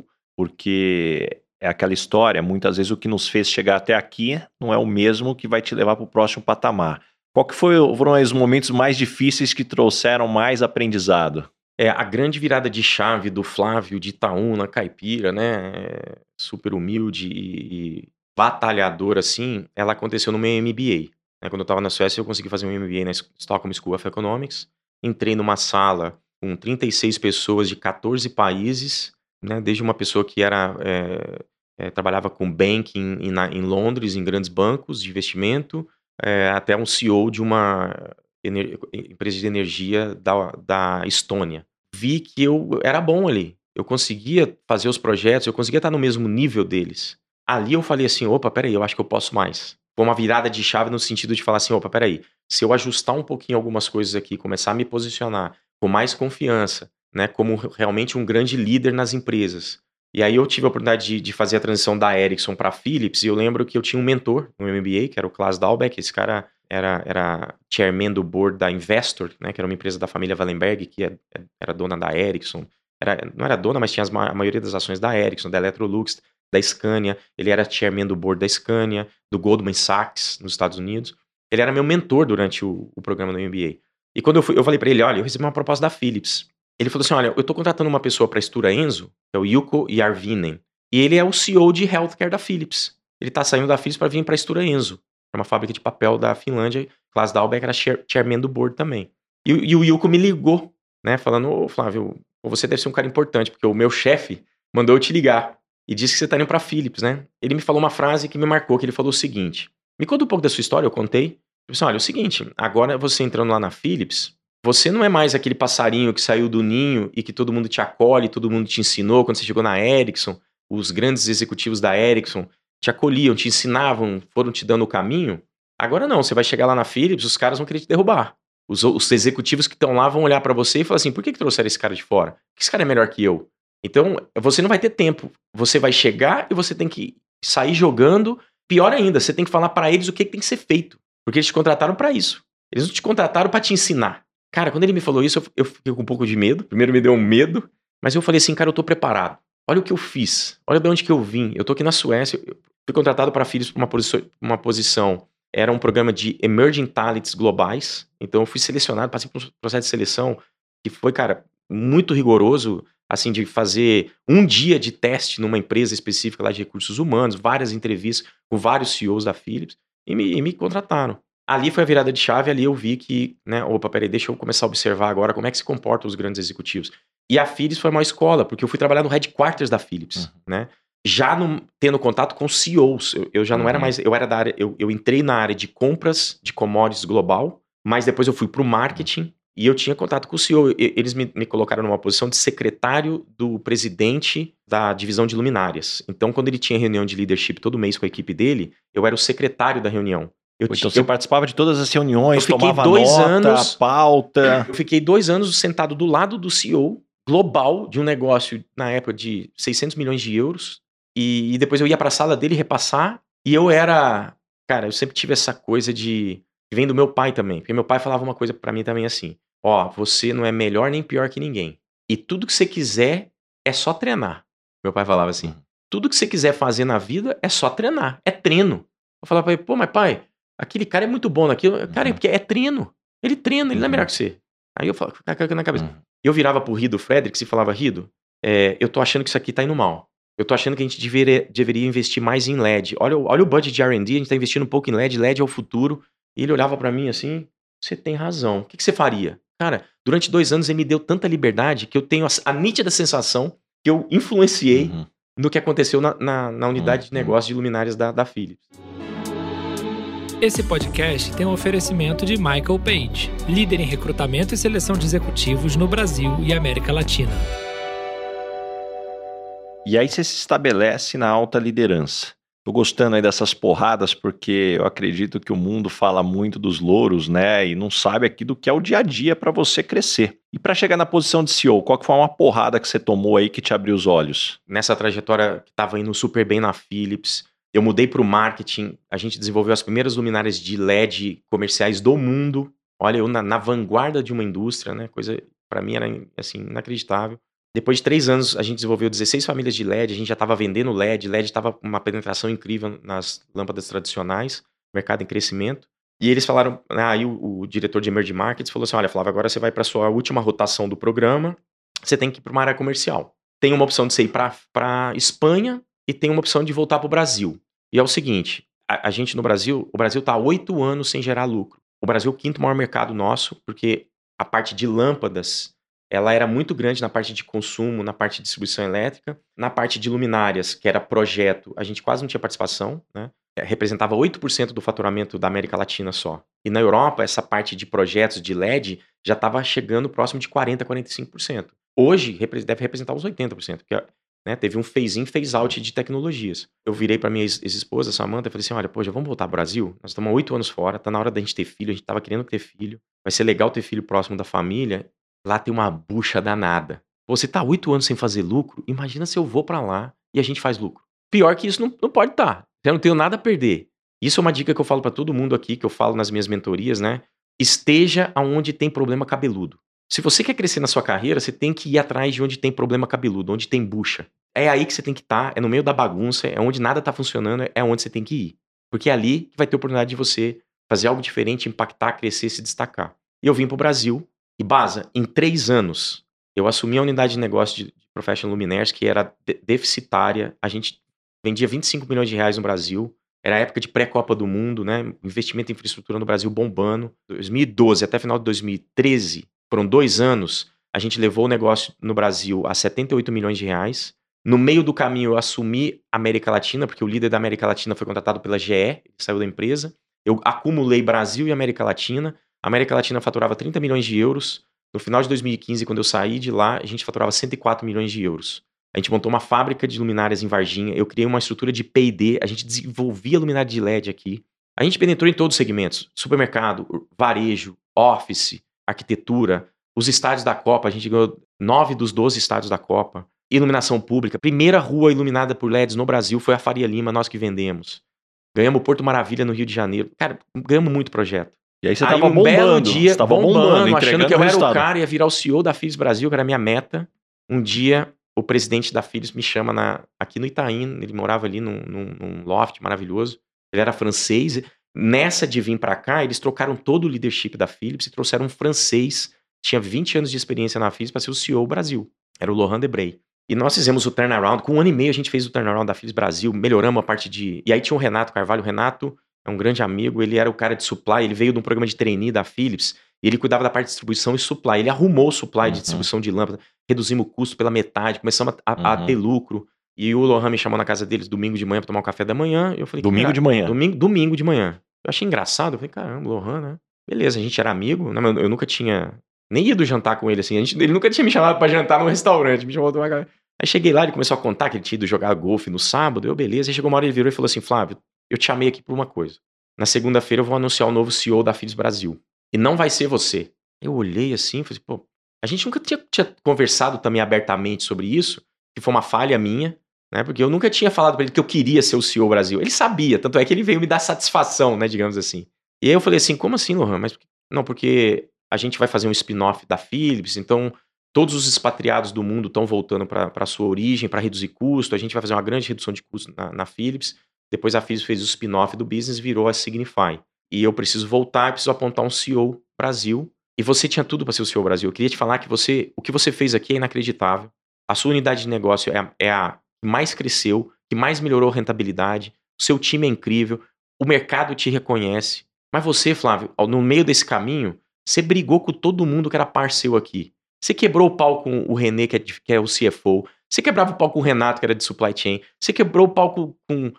porque é aquela história, muitas vezes o que nos fez chegar até aqui não é o mesmo que vai te levar para o próximo patamar. Qual que foi, foram os momentos mais difíceis que trouxeram mais aprendizado? É, a grande virada de chave do Flávio de Itaúna, caipira, né, é, super humilde e, e batalhador assim, ela aconteceu no meu M B A. Né, quando eu estava na Suécia, eu consegui fazer um M B A na Stockholm School of Economics. Entrei numa sala com trinta e seis pessoas de quatorze países, né, desde uma pessoa que era, é, é, trabalhava com banking em, na, em Londres, em grandes bancos de investimento, é, até um C E O de uma ener- empresa de energia da, da Estônia. Vi que eu era bom ali, eu conseguia fazer os projetos, eu conseguia estar no mesmo nível deles. Ali eu falei assim, opa, peraí, eu acho que eu posso mais. Foi uma virada de chave no sentido de falar assim, opa, peraí, se eu ajustar um pouquinho algumas coisas aqui, começar a me posicionar com mais confiança, né, como realmente um grande líder nas empresas. E aí eu tive a oportunidade de, de fazer a transição da Ericsson para a Philips, e eu lembro que eu tinha um mentor no M B A, que era o Klaas Dalbeck. Esse cara era, era chairman do board da Investor, né, que era uma empresa da família Wallenberg, que é, era dona da Ericsson. Era, não era dona, mas tinha as, a maioria das ações da Ericsson, da Electrolux, da Scania. Ele era chairman do board da Scania, do Goldman Sachs, nos Estados Unidos. Ele era meu mentor durante o, o programa do M B A. E quando eu, fui, eu falei para ele, olha, eu recebi uma proposta da Philips. Ele falou assim, olha, eu estou contratando uma pessoa para a Stora Enso, que é o Ilkka Järvinen, e ele é o C E O de Healthcare da Philips. Ele está saindo da Philips para vir para a Stora Enso, uma fábrica de papel da Finlândia. Klaas Dalbeck era chair, chairman do board também. E, e o Ilkka me ligou, né, falando, ô Flávio, você deve ser um cara importante, porque o meu chefe mandou eu te ligar e disse que você está indo para a Philips, né? Ele me falou uma frase que me marcou, que ele falou o seguinte, me conta um pouco da sua história, eu contei. Ele falou assim, olha, é o seguinte, agora você entrando lá na Philips, você não é mais aquele passarinho que saiu do ninho e que todo mundo te acolhe, todo mundo te ensinou quando você chegou na Ericsson. Os grandes executivos da Ericsson te acolhiam, te ensinavam, foram te dando o caminho. Agora não, você vai chegar lá na Philips, os caras vão querer te derrubar. Os, os executivos que estão lá vão olhar para você e falar assim, por que, que trouxeram esse cara de fora? Por que esse cara é melhor que eu? Então, você não vai ter tempo. Você vai chegar e você tem que sair jogando. Pior ainda, você tem que falar para eles o que, que tem que ser feito. Porque eles te contrataram para isso. Eles não te contrataram para te ensinar. Cara, quando ele me falou isso, eu, eu fiquei com um pouco de medo. Primeiro me deu um medo, mas eu falei assim, cara, eu tô preparado. Olha o que eu fiz. Olha de onde que eu vim. Eu tô aqui na Suécia. Eu fui contratado para Philips para uma, posição, uma posição. Era um programa de Emerging Talents globais. Então eu fui selecionado, passei por um processo de seleção que foi, cara, muito rigoroso, assim, de fazer um dia de teste numa empresa específica lá de recursos humanos, várias entrevistas com vários C E Os da Philips, e me, e me contrataram. Ali foi a virada de chave, ali eu vi que, né, opa, peraí, deixa eu começar a observar agora como é que se comportam os grandes executivos. E a Philips foi uma escola, porque eu fui trabalhar no headquarters da Philips, uhum. né? Já no, tendo contato com C E Os, eu, eu já não uhum. era mais, eu era da área, eu, eu entrei na área de compras de commodities global, mas depois eu fui pro marketing, uhum. e eu tinha contato com o C E O. Eles me, me colocaram numa posição de secretário do presidente da divisão de luminárias. Então, quando ele tinha reunião de leadership todo mês com a equipe dele, eu era o secretário da reunião. Eu então t- você eu, participava de todas as reuniões, eu tomava dois nota, anos, pauta. Eu fiquei dois anos sentado do lado do C E O global de um negócio, na época, de seiscentos milhões de euros. E, e depois eu ia para a sala dele repassar. E eu era... Cara, eu sempre tive essa coisa de... Que vem do meu pai também. Porque meu pai falava uma coisa para mim também assim. Ó, você não é melhor nem pior que ninguém. E tudo que você quiser é só treinar. Meu pai falava assim. Tudo que você quiser fazer na vida é só treinar. É treino. Eu falava pra ele, pô, mas pai... Aquele cara é muito bom naquilo. Cara, é porque é treino. Ele treina, ele não é melhor que você. Aí eu falava, na cabeça. Uhum. Eu virava pro Rido Fredericks e falava, Rido, é, eu tô achando que isso aqui tá indo mal. Eu tô achando que a gente deveria, deveria investir mais em L E D. Olha, o- olha o budget de R and D, a gente tá investindo um pouco em L E D, L E D é o futuro. E ele olhava pra mim assim, você tem razão, o que, que você faria? Cara, durante dois anos ele me deu tanta liberdade que eu tenho a, a nítida sensação que eu influenciei Uhum. no que aconteceu na, na, na unidade Uhum. de negócio de luminárias da, da Philips. Esse podcast tem um oferecimento de Michael Page, líder em recrutamento e seleção de executivos no Brasil e América Latina. E aí você se estabelece na alta liderança. Tô gostando aí dessas porradas porque eu acredito que o mundo fala muito dos louros, né? E não sabe aqui do que é o dia a dia para você crescer. E para chegar na posição de C E O, qual que foi uma porrada que você tomou aí que te abriu os olhos? Nessa trajetória que estava indo super bem na Philips, eu mudei para o marketing, a gente desenvolveu as primeiras luminárias de L E D comerciais do mundo. Olha, eu na, na vanguarda de uma indústria, né? Coisa, para mim, era assim, inacreditável. Depois de três anos, a gente desenvolveu dezesseis famílias de L E D, a gente já estava vendendo L E D, L E D estava com uma penetração incrível nas lâmpadas tradicionais, mercado em crescimento. E eles falaram, ah, aí o, o diretor de Emerging Markets falou assim, olha, Flávio, agora você vai para a sua última rotação do programa, você tem que ir para uma área comercial. Tem uma opção de você ir para Espanha e tem uma opção de voltar para o Brasil. E é o seguinte, a, a gente no Brasil, o Brasil está há oito anos sem gerar lucro. O Brasil é o quinto maior mercado nosso, porque a parte de lâmpadas, ela era muito grande na parte de consumo, na parte de distribuição elétrica, na parte de luminárias, que era projeto, a gente quase não tinha participação, né? Representava oito por cento do faturamento da América Latina só. E na Europa, essa parte de projetos de L E D já estava chegando próximo de quarenta por cento, quarenta e cinco por cento. Hoje, deve representar uns oitenta por cento, porque né, teve um phase-in, phase-out de tecnologias. Eu virei para minha ex-esposa, Samantha, e falei assim, olha, pô, já vamos voltar ao Brasil? Nós estamos há oito anos fora, tá na hora da gente ter filho, a gente estava querendo ter filho, vai ser legal ter filho próximo da família. Lá tem uma bucha danada. Você tá oito anos sem fazer lucro, imagina se eu vou para lá e a gente faz lucro. Pior que isso não, não pode estar. Tá. Eu não tenho nada a perder. Isso é uma dica que eu falo para todo mundo aqui, que eu falo nas minhas mentorias, né? Esteja aonde tem problema cabeludo. Se você quer crescer na sua carreira, você tem que ir atrás de onde tem problema cabeludo, onde tem bucha. É aí que você tem que estar, é no meio da bagunça, é onde nada tá funcionando, é onde você tem que ir. Porque é ali que vai ter oportunidade de você fazer algo diferente, impactar, crescer, se destacar. E eu vim pro Brasil, e Baza, em três anos, eu assumi a unidade de negócio de, de Professional Luminaires, que era de, deficitária. A gente vendia vinte e cinco milhões de reais no Brasil. Era a época de pré-Copa do Mundo, né? Investimento em infraestrutura no Brasil bombando. dois mil e doze até final de dois mil e treze, foram dois anos, a gente levou o negócio no Brasil a setenta e oito milhões de reais. No meio do caminho, eu assumi a América Latina, porque o líder da América Latina foi contratado pela G E, ele saiu da empresa. Eu acumulei Brasil e América Latina. A América Latina faturava trinta milhões de euros. No final de dois mil e quinze, quando eu saí de lá, a gente faturava cento e quatro milhões de euros. A gente montou uma fábrica de luminárias em Varginha. Eu criei uma estrutura de P e D. A gente desenvolvia luminária de L E D aqui. A gente penetrou em todos os segmentos. Supermercado, varejo, office, arquitetura. Os estádios da Copa. A gente ganhou nove dos doze estádios da Copa. Iluminação pública. Primeira rua iluminada por L E Ds no Brasil foi a Faria Lima, nós que vendemos. Ganhamos Porto Maravilha no Rio de Janeiro. Cara, ganhamos muito projeto. E aí você aí tava um bombando. belo dia, você tava bombando, bombando, achando que eu era resultado. o cara, ia virar o C E O da Philips Brasil, que era a minha meta. Um dia, o presidente da Philips me chama na, aqui no Itaim, ele morava ali num, num, num loft maravilhoso. Ele era francês. Nessa de vir pra cá, eles trocaram todo o leadership da Philips e trouxeram um francês, tinha vinte anos de experiência na Philips, para ser o C E O Brasil. Era o Laurent Debrey. E nós fizemos o turnaround, com um ano e meio a gente fez o turnaround da Philips Brasil, melhoramos a parte de... E aí tinha o Renato Carvalho, o Renato é um grande amigo, ele era o cara de supply, ele veio de um programa de trainee da Philips, e ele cuidava da parte de distribuição e supply, ele arrumou o supply uhum. de distribuição de lâmpada, reduzimos o custo pela metade, começamos a, a, uhum. a ter lucro, e o Laurent me chamou na casa deles domingo de manhã para tomar um café da manhã, e eu falei... Domingo de manhã? Domingo, domingo de manhã. Eu achei engraçado, eu falei, caramba, Laurent, né? Beleza, a gente era amigo, né? Eu nunca tinha... Nem ia do jantar com ele, assim, a gente, ele nunca tinha me chamado para jantar num restaurante, me chamou pra tomar café. Aí cheguei lá, ele começou a contar que ele tinha ido jogar golfe no sábado, eu, beleza, aí chegou uma hora, ele virou e falou assim, Flávio, eu te chamei aqui por uma coisa. Na segunda-feira eu vou anunciar o novo C E O da Philips Brasil. E não vai ser você. Eu olhei assim, falei, pô, a gente nunca tinha, tinha conversado também abertamente sobre isso, que foi uma falha minha, né? Porque eu nunca tinha falado pra ele que eu queria ser o C E O Brasil. Ele sabia, tanto é que ele veio me dar satisfação, né, digamos assim. E aí eu falei assim, como assim, Lohan? Mas não, porque a gente vai fazer um spin-off da Philips, então todos os expatriados do mundo estão voltando para a sua origem, para reduzir custo, a gente vai fazer uma grande redução de custo na, na Philips. Depois a Philips fez o spin-off do business, virou a Signify. E eu preciso voltar, eu preciso apontar um C E O Brasil. E você tinha tudo para ser o C E O Brasil. Eu queria te falar que você, o que você fez aqui é inacreditável. a sua unidade de negócio é a, é a que mais cresceu, que mais melhorou a rentabilidade, o seu time é incrível, o mercado te reconhece. Mas você, Flávio, no meio desse caminho, você brigou com todo mundo que era parceiro aqui. Você quebrou o pau com o René, que é, que é o C F O. Você quebrava o pau com o Renato, que era de supply chain. Você quebrou o pau com, com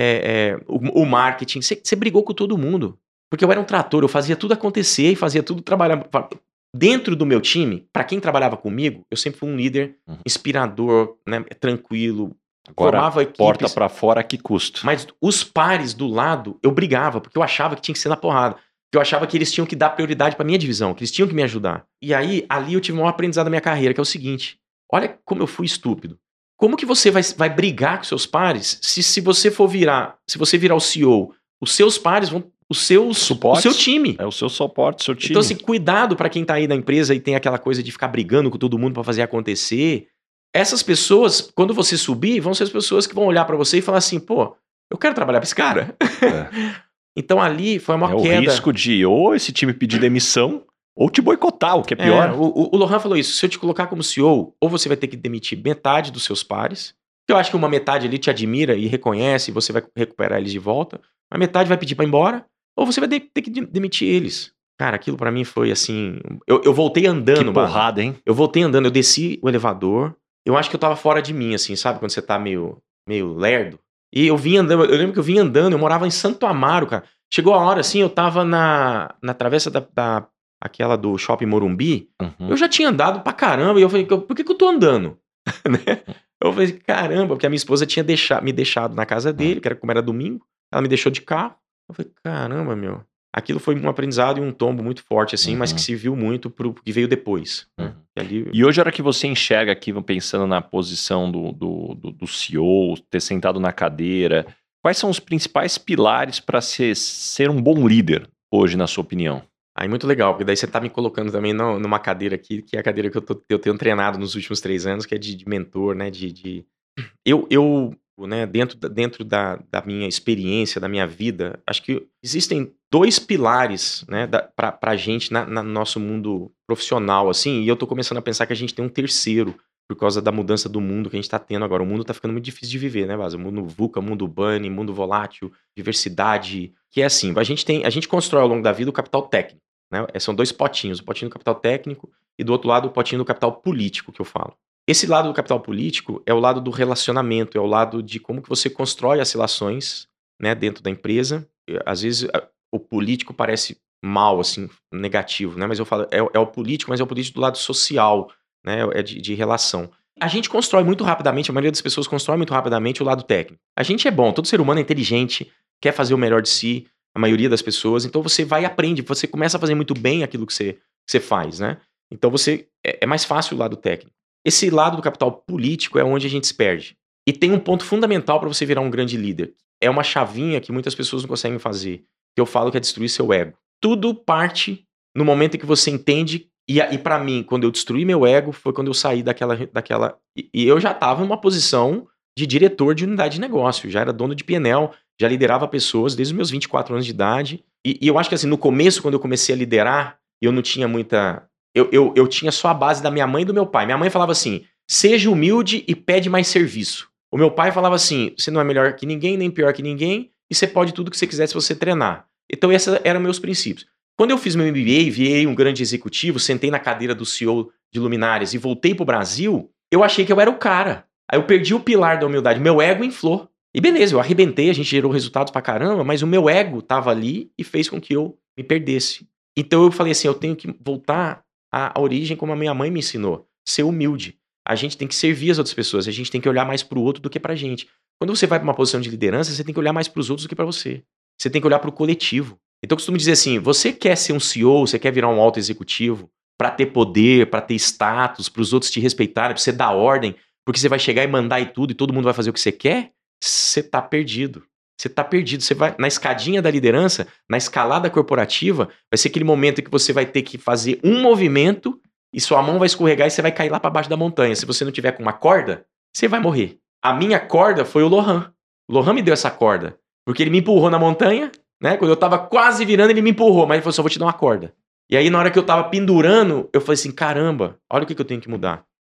é, é, o, o marketing. Você, você brigou com todo mundo. Porque eu era um trator, eu fazia tudo acontecer e fazia tudo trabalhar. Dentro do meu time, para quem trabalhava comigo, eu sempre fui um líder inspirador, né, tranquilo. Agora, formava equipes, porta para fora, a que custo? Mas os pares do lado, eu brigava, porque eu achava que tinha que ser na porrada. Que eu achava que eles tinham que dar prioridade pra minha divisão, que eles tinham que me ajudar. E aí, ali eu tive um aprendizado da minha carreira, que é o seguinte: olha como eu fui estúpido. Como que você vai, vai brigar com seus pares se, se você for virar, se você virar o C E O, os seus pares vão, os seus, Suportes, o seu time. É o seu suporte, o seu time. Então, assim, cuidado pra quem tá aí na empresa e tem aquela coisa de ficar brigando com todo mundo pra fazer acontecer. Essas pessoas, quando você subir, vão ser as pessoas que vão olhar pra você e falar assim, pô, eu quero trabalhar pra esse cara. É. Então ali foi uma é queda. É o risco de ou esse time pedir demissão ou te boicotar, o que é pior. É, o, o Lohan falou isso, se eu te colocar como C E O, ou você vai ter que demitir metade dos seus pares, que eu acho que uma metade ali te admira e reconhece, e você vai recuperar eles de volta, a metade vai pedir pra ir embora, ou você vai ter que demitir eles. Cara, aquilo pra mim foi assim, eu, eu voltei andando. Que porrada, hein? Eu voltei andando, eu desci o elevador, eu acho que eu tava fora de mim, assim, sabe? Quando você tá meio, meio lerdo. E eu vim andando, eu lembro que eu vim andando, eu morava em Santo Amaro, cara. Chegou a hora, assim, eu tava na, na travessa da, da, aquela do Shopping Morumbi, uhum. Eu já tinha andado pra caramba, e eu falei, por que que eu tô andando? Né? Eu falei, caramba, porque a minha esposa tinha deixado, me deixado na casa dele, que era como era domingo, ela me deixou de carro. Eu falei, caramba, meu. Aquilo foi um aprendizado e um tombo muito forte, assim, uhum. mas que se viu muito pro que veio depois. Né? Uhum. E, ali... e hoje, a hora que você enxerga aqui, pensando na posição do, do, do, do C E O, ter sentado na cadeira, quais são os principais pilares para ser, ser um bom líder hoje, na sua opinião? Aí, muito legal, porque daí você tá me colocando também no, numa cadeira aqui, que é a cadeira que eu, tô, eu tenho treinado nos últimos três anos, que é de, de mentor, né, de... de... Eu... eu né, dentro, da, dentro da, da minha experiência, da minha vida, acho que existem dois pilares, né, da, pra, pra gente na, na, no nosso mundo profissional, assim, e eu tô começando a pensar que a gente tem um terceiro, por causa da mudança do mundo que a gente tá tendo agora. O mundo tá ficando muito difícil de viver, né, Vaza? O mundo VUCA, mundo bunny, mundo volátil, diversidade, que é assim, a gente, tem, a gente constrói ao longo da vida o capital técnico, né, são dois potinhos, o potinho do capital técnico e do outro lado o potinho do capital político, que eu falo. Esse lado do capital político é o lado do relacionamento, é o lado de como que você constrói as relações, né, dentro da empresa. Às vezes o político parece mal, assim, negativo, né, mas eu falo, é, é o político, mas é o político do lado social, né, é de, de relação. A gente constrói muito rapidamente, a maioria das pessoas constrói muito rapidamente o lado técnico. A gente é bom, todo ser humano é inteligente, quer fazer o melhor de si, a maioria das pessoas, então você vai e aprende, você começa a fazer muito bem aquilo que você, que você faz, né, então você, é, é mais fácil o lado técnico. Esse lado do capital político é onde a gente se perde. E tem um ponto fundamental para você virar um grande líder. É uma chavinha que muitas pessoas não conseguem fazer, que eu falo que é destruir seu ego. Tudo parte no momento em que você entende, e, e para mim, quando eu destruí meu ego, foi quando eu saí daquela... daquela e, e eu já estava numa posição de diretor de unidade de negócio, já era dono de P and L, já liderava pessoas desde os meus vinte e quatro anos de idade. E, e eu acho que assim, no começo, quando eu comecei a liderar, eu não tinha muita... Eu, eu, eu tinha só a base da minha mãe e do meu pai. Minha mãe falava assim, seja humilde e pede mais serviço. O meu pai falava assim, você não é melhor que ninguém, nem pior que ninguém, e você pode tudo que você quiser se você treinar. Então esses eram meus princípios. Quando eu fiz meu M B A, virei um grande executivo, sentei na cadeira do C E O de Luminárias e voltei pro Brasil, eu achei que eu era o cara. Aí eu perdi o pilar da humildade, meu ego inflou. E beleza, eu arrebentei, a gente gerou resultados pra caramba, mas o meu ego tava ali e fez com que eu me perdesse. Então eu falei assim, eu tenho que voltar a origem como a minha mãe me ensinou, ser humilde. A gente tem que servir as outras pessoas, a gente tem que olhar mais pro outro do que pra gente. Quando você vai pra uma posição de liderança, você tem que olhar mais pros outros do que pra você. Você tem que olhar pro coletivo. Então eu costumo dizer assim, você quer ser um C E O, você quer virar um alto executivo pra ter poder, pra ter status, pros outros te respeitarem, pra você dar ordem, porque você vai chegar e mandar e tudo, e todo mundo vai fazer o que você quer, você tá perdido. Você tá perdido, você vai na escadinha da liderança, na escalada corporativa, vai ser aquele momento em que você vai ter que fazer um movimento e sua mão vai escorregar e você vai cair lá para baixo da montanha. Se você não tiver com uma corda, você vai morrer. A minha corda foi o Lohan. O Lohan me deu essa corda, porque ele me empurrou na montanha, né? Quando eu tava quase virando, ele me empurrou, mas ele falou, só vou te dar uma corda. E aí na hora que eu tava pendurando, eu falei assim, caramba, olha o que, que eu tenho que mudar.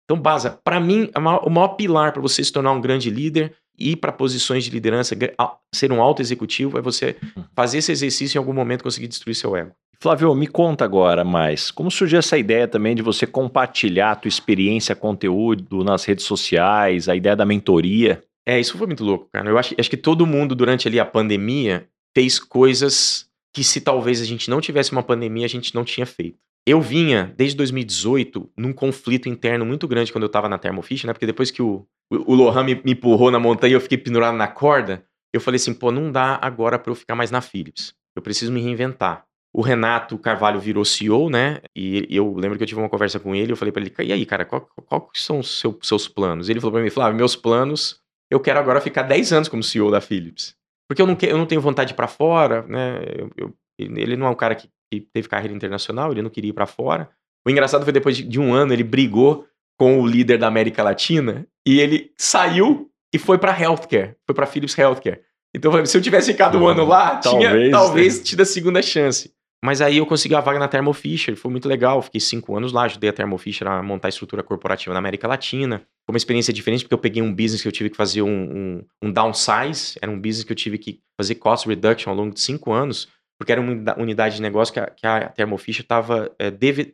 Então, Baza, para mim, a maior, o maior pilar para você se tornar um grande líder e ir para posições de liderança, ser um alto executivo, é você fazer esse exercício e em algum momento conseguir destruir seu ego. Flávio, me conta agora mais, como surgiu essa ideia também de você compartilhar a tua experiência, conteúdo nas redes sociais, a ideia da mentoria? É, isso foi muito louco, cara. Eu acho, acho que todo mundo durante ali a pandemia fez coisas que se talvez a gente não tivesse uma pandemia, a gente não tinha feito. Eu vinha, desde dois mil e dezoito, num conflito interno muito grande quando eu tava na Thermo Fisher, né? Porque depois que o, o, o Lohan me, me empurrou na montanha e eu fiquei pendurado na corda, eu falei assim, pô, não dá agora pra eu ficar mais na Philips. Eu preciso me reinventar. O Renato Carvalho virou C E O, né? E eu lembro que eu tive uma conversa com ele, eu falei pra ele, e aí, cara, qual, qual são os seu, seus planos? Ele falou pra mim, Flávio, meus planos, eu quero agora ficar dez anos como C E O da Philips. Porque eu não, que, eu não tenho vontade de ir pra fora, né? Eu, eu, ele não é um cara que, que teve carreira internacional, ele não queria ir pra fora. O engraçado foi depois de, de um ano, ele brigou com o líder da América Latina e ele saiu e foi pra Healthcare, foi pra Philips Healthcare. Então, se eu tivesse ficado um ano lá, talvez, tinha talvez tido a segunda chance. Mas aí eu consegui a vaga na Thermo Fisher, foi muito legal, fiquei cinco anos lá, ajudei a Thermo Fisher a montar a estrutura corporativa na América Latina. Foi uma experiência diferente, porque eu peguei um business que eu tive que fazer um, um, um downsize, era um business que eu tive que fazer cost reduction ao longo de cinco anos, porque era uma unidade de negócio que a, que a Thermo Fisher estava, é,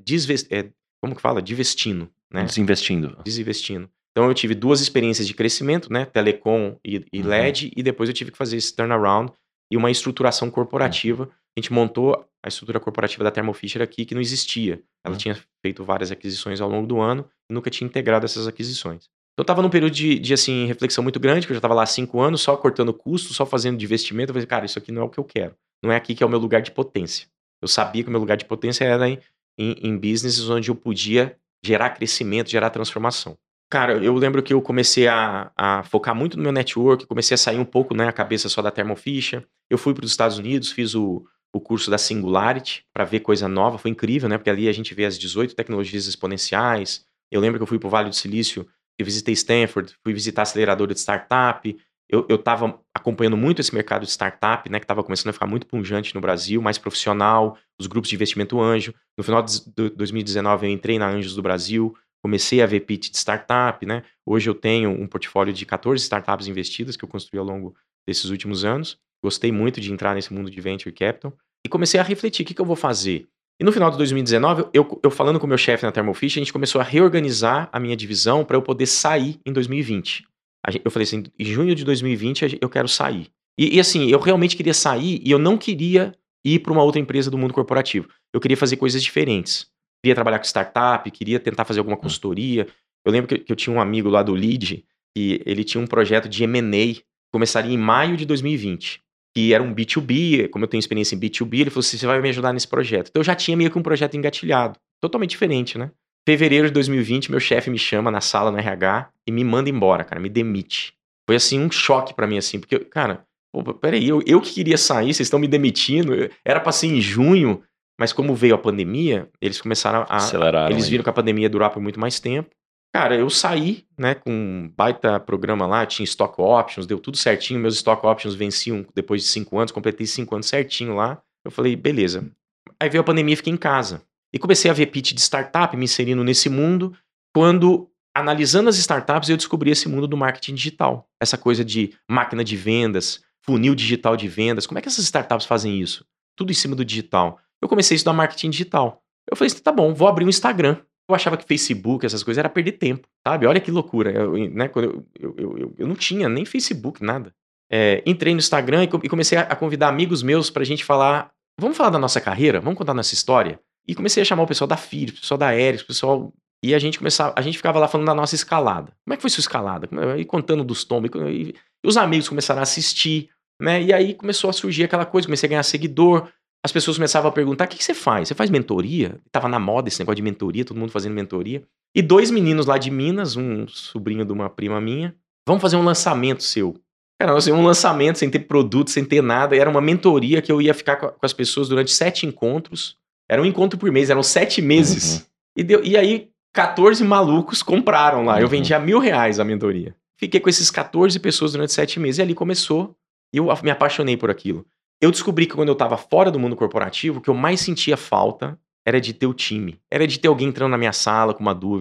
é, como que fala? Divestindo, né? Desinvestindo. Desinvestindo. Então eu tive duas experiências de crescimento, né? Telecom e, e Uhum. L E D, e depois eu tive que fazer esse turnaround e uma estruturação corporativa. A gente montou a estrutura corporativa da Thermo Fisher aqui, que não existia. Ela Uhum. tinha feito várias aquisições ao longo do ano e nunca tinha integrado essas aquisições. Então eu estava num período de, de assim, reflexão muito grande, que eu já estava lá há cinco anos, só cortando custo, só fazendo de investimento. Eu falei, cara, isso aqui não é o que eu quero. Não é aqui que é o meu lugar de potência. Eu sabia que o meu lugar de potência era em, em, em businesses onde eu podia gerar crescimento, gerar transformação. Cara, eu lembro que eu comecei a, a focar muito no meu network, comecei a sair um pouco, né, a cabeça só da Thermo Fisher. Eu fui para os Estados Unidos, fiz o, o curso da Singularity para ver coisa nova, foi incrível, né, porque ali a gente vê as dezoito tecnologias exponenciais. Eu lembro que eu fui para o Vale do Silício, eu visitei Stanford, fui visitar a aceleradora de startup. Eu estava acompanhando muito esse mercado de startup, né, que estava começando a ficar muito pungente no Brasil, mais profissional, os grupos de investimento anjo. No final de dois mil e dezenove eu entrei na Anjos do Brasil, comecei a ver pitch de startup, né? Hoje eu tenho um portfólio de catorze startups investidas que eu construí ao longo desses últimos anos. Gostei muito de entrar nesse mundo de venture capital e comecei a refletir, o que, que eu vou fazer? E no final de dois mil e dezenove, eu, eu falando com o meu chefe na Thermo Fisher, a gente começou a reorganizar a minha divisão para eu poder sair em dois mil e vinte. Eu falei assim, em junho de dois mil e vinte eu quero sair. E, e assim, eu realmente queria sair e eu não queria ir para uma outra empresa do mundo corporativo. Eu queria fazer coisas diferentes. Queria trabalhar com startup, queria tentar fazer alguma consultoria. Eu lembro que, que eu tinha um amigo lá do Lead, que ele tinha um projeto de M and A, que começaria em maio de dois mil e vinte, que era um B dois B, como eu tenho experiência em B dois B, ele falou assim, você vai me ajudar nesse projeto. Então eu já tinha meio que um projeto engatilhado, totalmente diferente, né? Fevereiro de dois mil e vinte, meu chefe me chama na sala no R H e me manda embora, cara, me demite. Foi assim, um choque pra mim, assim, porque, cara, pô, peraí, eu, eu que queria sair, vocês estão me demitindo, era pra ser em junho, mas como veio a pandemia, eles começaram a... Aceleraram eles aí. viram que a pandemia ia durar por muito mais tempo. Cara, eu saí, né, com um baita programa lá, tinha stock options, deu tudo certinho, meus stock options venciam depois de cinco anos, completei cinco anos certinho lá. Eu falei, beleza. Aí veio a pandemia e fiquei em casa. E comecei a ver pitch de startup, me inserindo nesse mundo, quando, analisando as startups, eu descobri esse mundo do marketing digital. Essa coisa de máquina de vendas, funil digital de vendas, como é que essas startups fazem isso? Tudo em cima do digital. Eu comecei a estudar marketing digital. Eu falei assim, tá bom, vou abrir um Instagram. Eu achava que Facebook, essas coisas, era perder tempo, sabe? Olha que loucura. Eu, né, quando eu, eu, eu, eu, eu não tinha nem Facebook, nada. É, entrei no Instagram e comecei a convidar amigos meus pra gente falar, vamos falar da nossa carreira? Vamos contar nossa história? E comecei a chamar o pessoal da Philips, o pessoal da Ericsson, o pessoal... E a gente começava, a gente ficava lá falando da nossa escalada. Como é que foi sua escalada? E contando dos tombos. E, e os amigos começaram a assistir, né? E aí começou a surgir aquela coisa, comecei a ganhar seguidor. As pessoas começavam a perguntar, o que, que você faz? Você faz mentoria? Tava na moda esse negócio de mentoria, todo mundo fazendo mentoria. E dois meninos lá de Minas, um sobrinho de uma prima minha, vamos fazer um lançamento seu. Cara, nós fizemos um lançamento sem ter produto, sem ter nada. E era uma mentoria que eu ia ficar com as pessoas durante sete encontros. Era um encontro por mês, eram sete meses. Uhum. E, deu, e aí, catorze malucos compraram lá. Uhum. Eu vendia mil reais a mentoria. Fiquei com esses catorze pessoas durante sete meses. E ali começou. E eu me apaixonei por aquilo. Eu descobri que quando eu estava fora do mundo corporativo, o que eu mais sentia falta era de ter o time. Era de ter alguém entrando na minha sala com uma dúvida.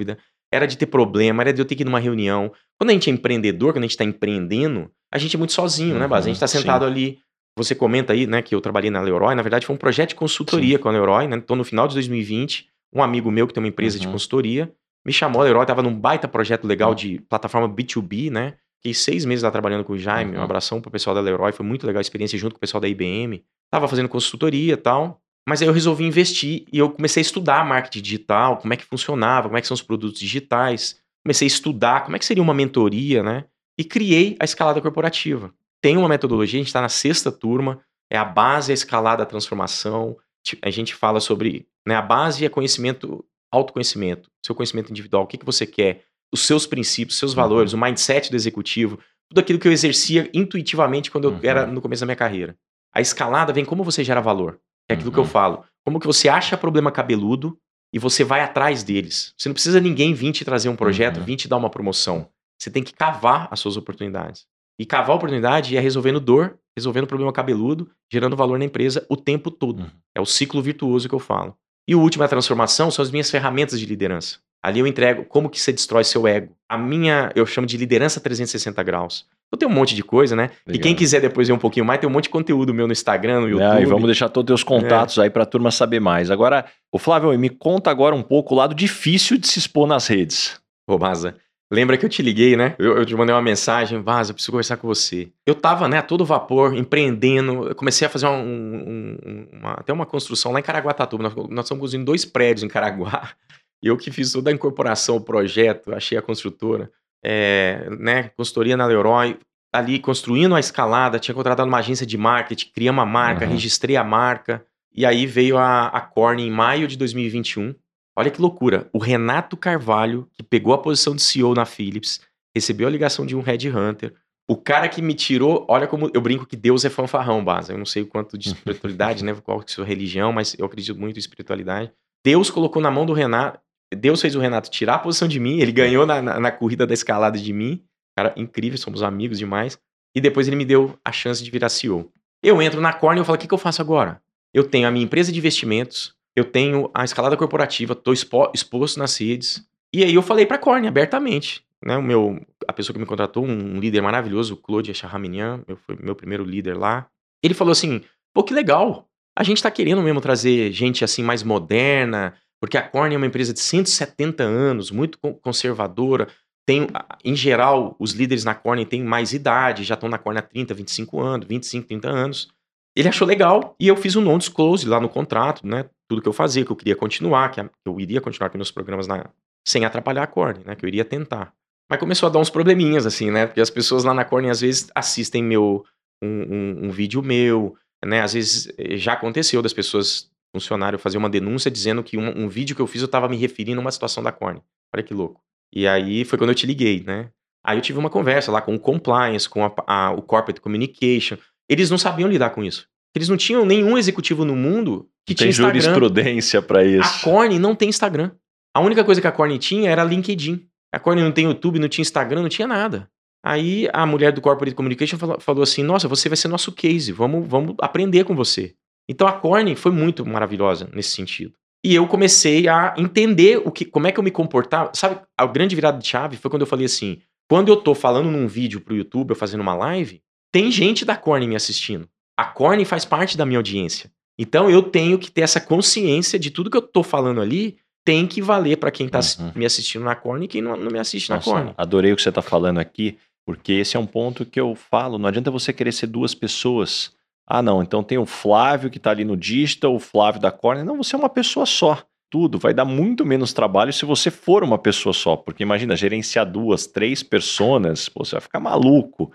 era de ter problema, era de eu ter que ir numa reunião. Quando a gente é empreendedor, quando a gente está empreendendo, a gente é muito sozinho, uhum, né, Bas? A gente está sentado sim. ali, você comenta aí, né, que eu trabalhei na Leroy, na verdade foi um projeto de consultoria sim. com a Leroy, né? Então no final de dois mil e vinte, um amigo meu que tem uma empresa uhum. de consultoria, me chamou, a Leroy estava num baita projeto legal uhum. de plataforma B dois B, né? Fiquei seis meses lá trabalhando com o Jaime, uhum. um abração pro pessoal da Leroy, foi muito legal a experiência junto com o pessoal da I B M. Tava fazendo consultoria e tal, mas aí eu resolvi investir e eu comecei a estudar marketing digital, como é que funcionava, como é que são os produtos digitais. Comecei a estudar como é que seria uma mentoria, né? E criei a escalada corporativa. Tem uma metodologia, a gente está na sexta turma, é a base, a escalada, a transformação. A gente fala sobre, né, a base é conhecimento, autoconhecimento, seu conhecimento individual, o que, que você quer, os seus princípios, seus valores, uhum. o mindset do executivo, tudo aquilo que eu exercia intuitivamente quando eu uhum. era no começo da minha carreira. A escalada vem como você gera valor, é aquilo uhum. que eu falo. Como que você acha problema cabeludo e você vai atrás deles. Você não precisa ninguém vir te trazer um projeto, uhum. vir te dar uma promoção. Você tem que cavar as suas oportunidades. E cavar a oportunidade é resolvendo dor, resolvendo problema cabeludo, gerando valor na empresa o tempo todo. Uhum. É o ciclo virtuoso que eu falo. E o último, a transformação, são as minhas ferramentas de liderança. Ali eu entrego como que você destrói seu ego. A minha, eu chamo de liderança trezentos e sessenta graus. Eu tenho um monte de coisa, né? Legal. E quem quiser depois ver um pouquinho mais, tem um monte de conteúdo meu no Instagram, no YouTube. É, e vamos deixar todos os teus contatos é. aí para a turma saber mais. Agora, o Flávio, me conta agora um pouco o lado difícil de se expor nas redes. Ô, Baza, lembra que eu te liguei, né? Eu, eu te mandei uma mensagem, Baza, eu preciso conversar com você. Eu tava, né, a todo vapor, empreendendo. Eu comecei a fazer uma, um, uma, até uma construção lá em Caraguatatuba. Nós, nós estamos construindo dois prédios em Caraguá. E eu que fiz toda a incorporação, o projeto, achei a construtora, é, né, consultoria na Leroy, ali construindo a escalada, tinha contratado uma agência de marketing, criei uma marca, uhum. registrei a marca, e aí veio a, a Corning em maio de dois mil e vinte e um. Olha que loucura, o Renato Carvalho, que pegou a posição de C E O na Philips, recebeu a ligação de um headhunter, o cara que me tirou, olha como eu brinco que Deus é fanfarrão, Baza, eu não sei o quanto de espiritualidade, né, qual que é a sua religião, mas eu acredito muito em espiritualidade. Deus colocou na mão do Renato, Deus fez o Renato tirar a posição de mim, ele ganhou na, na, na corrida da escalada de mim, cara, incrível, somos amigos demais, e depois ele me deu a chance de virar C E O. Eu entro na Corning e eu falo, o que, que eu faço agora? Eu tenho a minha empresa de investimentos, eu tenho a escalada corporativa, estou expo, exposto nas redes, e aí eu falei pra Corning abertamente, né, o meu, a pessoa que me contratou, um líder maravilhoso, o Claude Charraminian, foi meu primeiro líder lá, ele falou assim, pô, que legal, a gente tá querendo mesmo trazer gente assim mais moderna, porque a Corning é uma empresa de cento e setenta anos, muito conservadora. Tem, em geral, os líderes na Corning têm mais idade, já estão na Corning há trinta, vinte e cinco anos, vinte e cinco, trinta anos. Ele achou legal e eu fiz um non-disclose lá no contrato, né? Tudo que eu fazia, que eu queria continuar, que eu iria continuar com meus programas na, sem atrapalhar a Corning, né? Que eu iria tentar. Mas começou a dar uns probleminhas, assim, né? Porque as pessoas lá na Corning, às vezes, assistem meu, um, um, um vídeo meu, né? Às vezes, já aconteceu das pessoas... funcionário fazer uma denúncia dizendo que um, um vídeo que eu fiz eu tava me referindo a uma situação da Corning. Olha que louco. E aí foi quando eu te liguei, né? Aí eu tive uma conversa lá com o compliance, com a, a, o corporate communication. Eles não sabiam lidar com isso. Eles não tinham nenhum executivo no mundo que tinha Instagram. Tem jurisprudência pra isso. A Corning não tem Instagram. A única coisa que a Corning tinha era LinkedIn. A Corning não tem YouTube, não tinha Instagram, não tinha nada. Aí a mulher do corporate communication falou, falou assim, nossa, você vai ser nosso case, vamos, vamos aprender com você. Então a Corning foi muito maravilhosa nesse sentido. E eu comecei a entender o que, como é que eu me comportava. Sabe, a grande virada de chave foi quando eu falei assim, quando eu tô falando num vídeo pro YouTube, eu fazendo uma live, tem gente da Corning me assistindo. A Corning faz parte da minha audiência. Então eu tenho que ter essa consciência de tudo que eu tô falando ali, tem que valer para quem tá uhum. me assistindo na Corning e quem não, não me assiste Nossa, na Corning. Adorei o que você tá falando aqui, porque esse é um ponto que eu falo, não adianta você querer ser duas pessoas. Ah, não, então tem o Flávio que está ali no digital, o Flávio da Corning. Não, você é uma pessoa só. Tudo vai dar muito menos trabalho se você for uma pessoa só. Porque imagina, gerenciar duas, três personas, pô, você vai ficar maluco.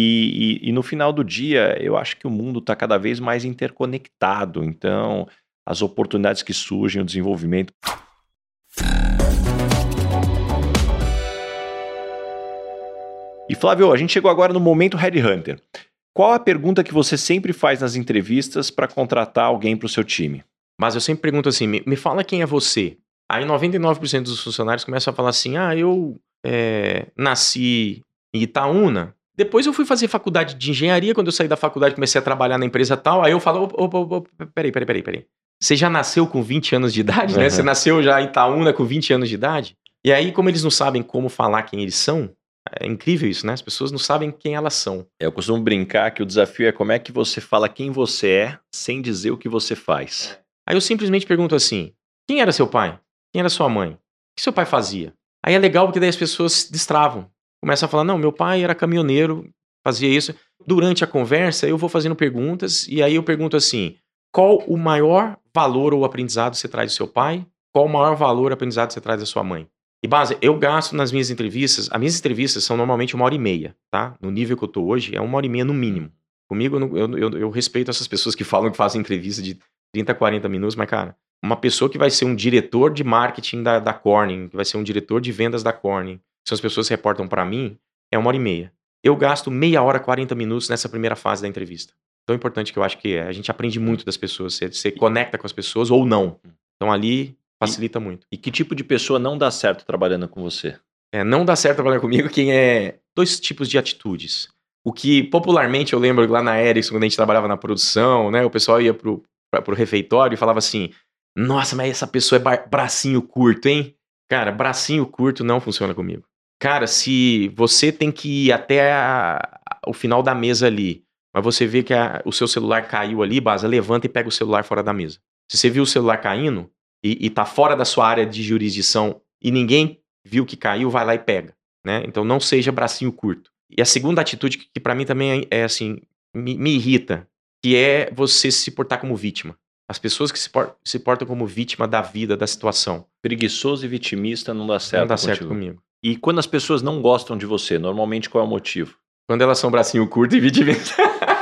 E, e, e no final do dia, eu acho que o mundo está cada vez mais interconectado. Então, as oportunidades que surgem, o desenvolvimento... E Flávio, a gente chegou agora no momento Headhunter. Qual a pergunta que você sempre faz nas entrevistas para contratar alguém para o seu time? Mas eu sempre pergunto assim, me, me fala quem é você. Aí noventa e nove por cento dos funcionários começam a falar assim, ah, eu é, nasci em Itaúna, depois eu fui fazer faculdade de engenharia, quando eu saí da faculdade comecei a trabalhar na empresa tal, aí eu falo, opa, opa, opa, peraí, peraí, peraí, peraí. Você já nasceu com vinte anos de idade, né? Uhum. Você nasceu já em Itaúna com vinte anos de idade? E aí, como eles não sabem como falar quem eles são, é incrível isso, né? As pessoas não sabem quem elas são. Eu costumo brincar que o desafio é como é que você fala quem você é sem dizer o que você faz. Aí eu simplesmente pergunto assim, quem era seu pai? Quem era sua mãe? O que seu pai fazia? Aí é legal porque daí as pessoas se destravam. Começam a falar, não, meu pai era caminhoneiro, fazia isso. Durante a conversa, eu vou fazendo perguntas e aí eu pergunto assim, qual o maior valor ou aprendizado você traz do seu pai? Qual o maior valor ou aprendizado você traz da sua mãe? E, base, eu gasto nas minhas entrevistas, as minhas entrevistas são normalmente uma hora e meia, tá? No nível que eu tô hoje, é uma hora e meia no mínimo. Comigo, eu, não- eu, eu, eu respeito essas pessoas que falam que fazem entrevista de trinta, quarenta minutos, mas, cara, uma pessoa que vai ser um diretor de marketing da, da Corning, que vai ser um diretor de vendas da Corning, são as pessoas que reportam pra mim, é uma hora e meia. Eu gasto meia hora, quarenta minutos nessa primeira fase da entrevista. Tão importante que eu acho que é. A gente aprende muito das pessoas, você, você conecta com as pessoas ou não. Então ali facilita muito. E que tipo de pessoa não dá certo trabalhando com você? É, não dá certo trabalhar comigo quem é dois tipos de atitudes. O que popularmente eu lembro lá na Ericsson, quando a gente trabalhava na produção, né? O pessoal ia pro, pra, pro refeitório e falava assim: nossa, mas essa pessoa é bar- bracinho curto, hein? Cara, bracinho curto não funciona comigo. Cara, se você tem que ir até a- a- o final da mesa ali, mas você vê que a- o seu celular caiu ali, Baza, levanta e pega o celular fora da mesa. Se você viu o celular caindo e, e tá fora da sua área de jurisdição e ninguém viu que caiu, vai lá e pega, né? Então não seja bracinho curto. E a segunda atitude que, que para mim também é, é assim, me, me irrita, que é você se portar como vítima. As pessoas que se, por- se portam como vítima da vida, da situação. Preguiçoso e vitimista não dá certo Não dá contigo. certo comigo. E quando as pessoas não gostam de você, normalmente qual é o motivo? Quando elas são bracinho curto e vitimista.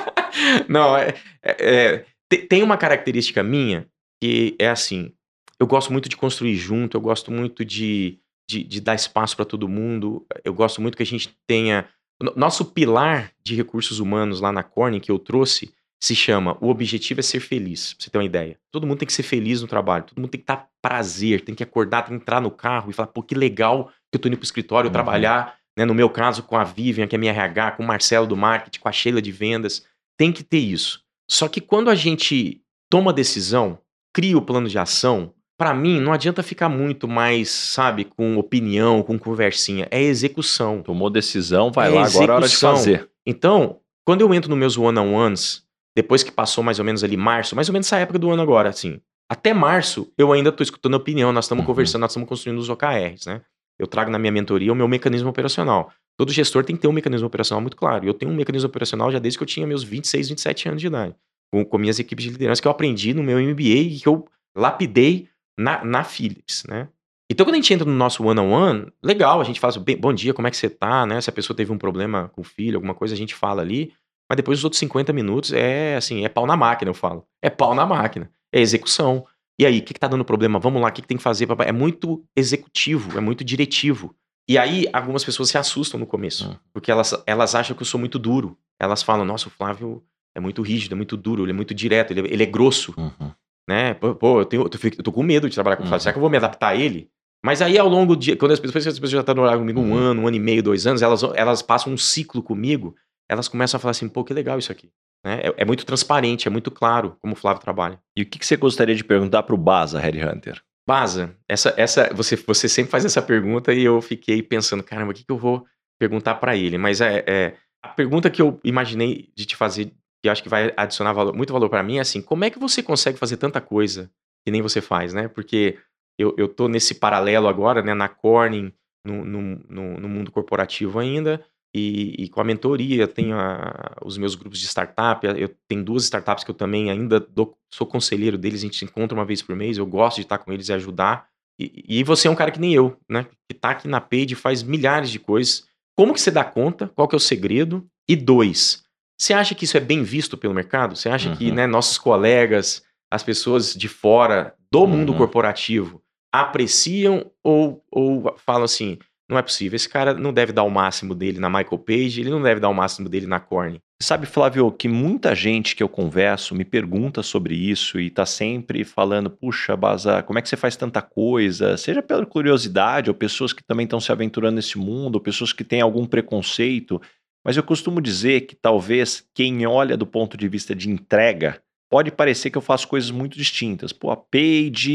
Não, é, é- é- te- tem uma característica minha que é assim, eu gosto muito de construir junto, eu gosto muito de, de, de dar espaço para todo mundo, eu gosto muito que a gente tenha... no- Nosso pilar de recursos humanos lá na Corning que eu trouxe se chama O Objetivo é Ser Feliz, pra você ter uma ideia. Todo mundo tem que ser feliz no trabalho, todo mundo tem que estar prazer, tem que acordar, tem que entrar no carro e falar, pô, que legal que eu tô indo pro escritório Uhum. trabalhar, né, no meu caso com a Vivian, que é minha R H, com o Marcelo do marketing, com a Sheila de vendas, tem que ter isso. Só que quando a gente toma decisão, cria o plano de ação, pra mim não adianta ficar muito mais, sabe, com opinião, com conversinha, é execução. Tomou decisão, vai É lá, agora é hora de execução. fazer. Então, quando eu entro nos meus one-on-ones, depois que passou mais ou menos ali março, mais ou menos essa época do ano agora, assim, até março eu ainda tô escutando opinião, nós estamos Uhum. conversando, nós estamos construindo os O K Rs, né? Eu trago na minha mentoria o meu mecanismo operacional. Todo gestor tem que ter um mecanismo operacional muito claro. E eu tenho um mecanismo operacional já desde que eu tinha meus vinte e seis, vinte e sete anos de idade. Com, com minhas equipes de liderança que eu aprendi no meu M B A e que eu lapidei na, na Philips, né? Então, quando a gente entra no nosso one-on-one, legal, a gente fala, bem, bom dia, como é que você tá, né? Se a pessoa teve um problema com o filho, alguma coisa, a gente fala ali. Mas depois os outros cinquenta minutos é assim, é pau na máquina, eu falo. É pau na máquina. É execução. E aí, o que, que tá dando problema? Vamos lá, o que, que tem que fazer? Papai? É muito executivo, é muito diretivo. E aí, algumas pessoas se assustam no começo. Hum. Porque elas, elas acham que eu sou muito duro. Elas falam, nossa, o Flávio é muito rígido, é muito duro, ele é muito direto, ele é, ele é grosso. Uhum. Né? Pô, pô, eu, tenho, eu, fico- eu tô com medo de trabalhar com o Flávio. Uhum. Será que eu vou me adaptar a ele? Mas aí, ao longo de... Quando as pessoas, as pessoas já estão trabalhando comigo um Uhum. ano, um ano e meio, dois anos, elas, elas passam um ciclo comigo, elas começam a falar assim, pô, que legal isso aqui. Né? É, é muito transparente, é muito claro como o Flávio trabalha. E o que, que você gostaria de perguntar pro Baza, Headhunter? Baza, essa, essa, você, você sempre faz essa pergunta e eu fiquei pensando, caramba, o que, que eu vou perguntar pra ele? Mas é, é a pergunta que eu imaginei de te fazer, que eu acho que vai adicionar valor, muito valor pra mim, é assim, como é que você consegue fazer tanta coisa que nem você faz, né? Porque eu, eu tô nesse paralelo agora, né, na Corning, no, no, no, no mundo corporativo ainda, e, e com a mentoria, tenho a- os meus grupos de startup, eu tenho duas startups que eu também ainda dou- sou conselheiro deles, a gente se encontra uma vez por mês, eu gosto de estar com eles e ajudar. E, e você é um cara que nem eu, né? Que tá aqui na Page, faz milhares de coisas. Como que você dá conta? Qual que é o segredo? E dois, você acha que isso é bem visto pelo mercado? Você acha que, Uhum. né, nossos colegas, as pessoas de fora do mundo Uhum. corporativo apreciam ou, ou falam assim, não é possível, esse cara não deve dar o máximo dele na Michael Page, ele não deve dar o máximo dele na Corning. Sabe, Flávio, que muita gente que eu converso me pergunta sobre isso e tá sempre falando, puxa, Baza, como é que você faz tanta coisa? Seja pela curiosidade, ou pessoas que também estão se aventurando nesse mundo, ou pessoas que têm algum preconceito. Mas eu costumo dizer que talvez quem olha do ponto de vista de entrega, pode parecer que eu faço coisas muito distintas. Pô, a Page,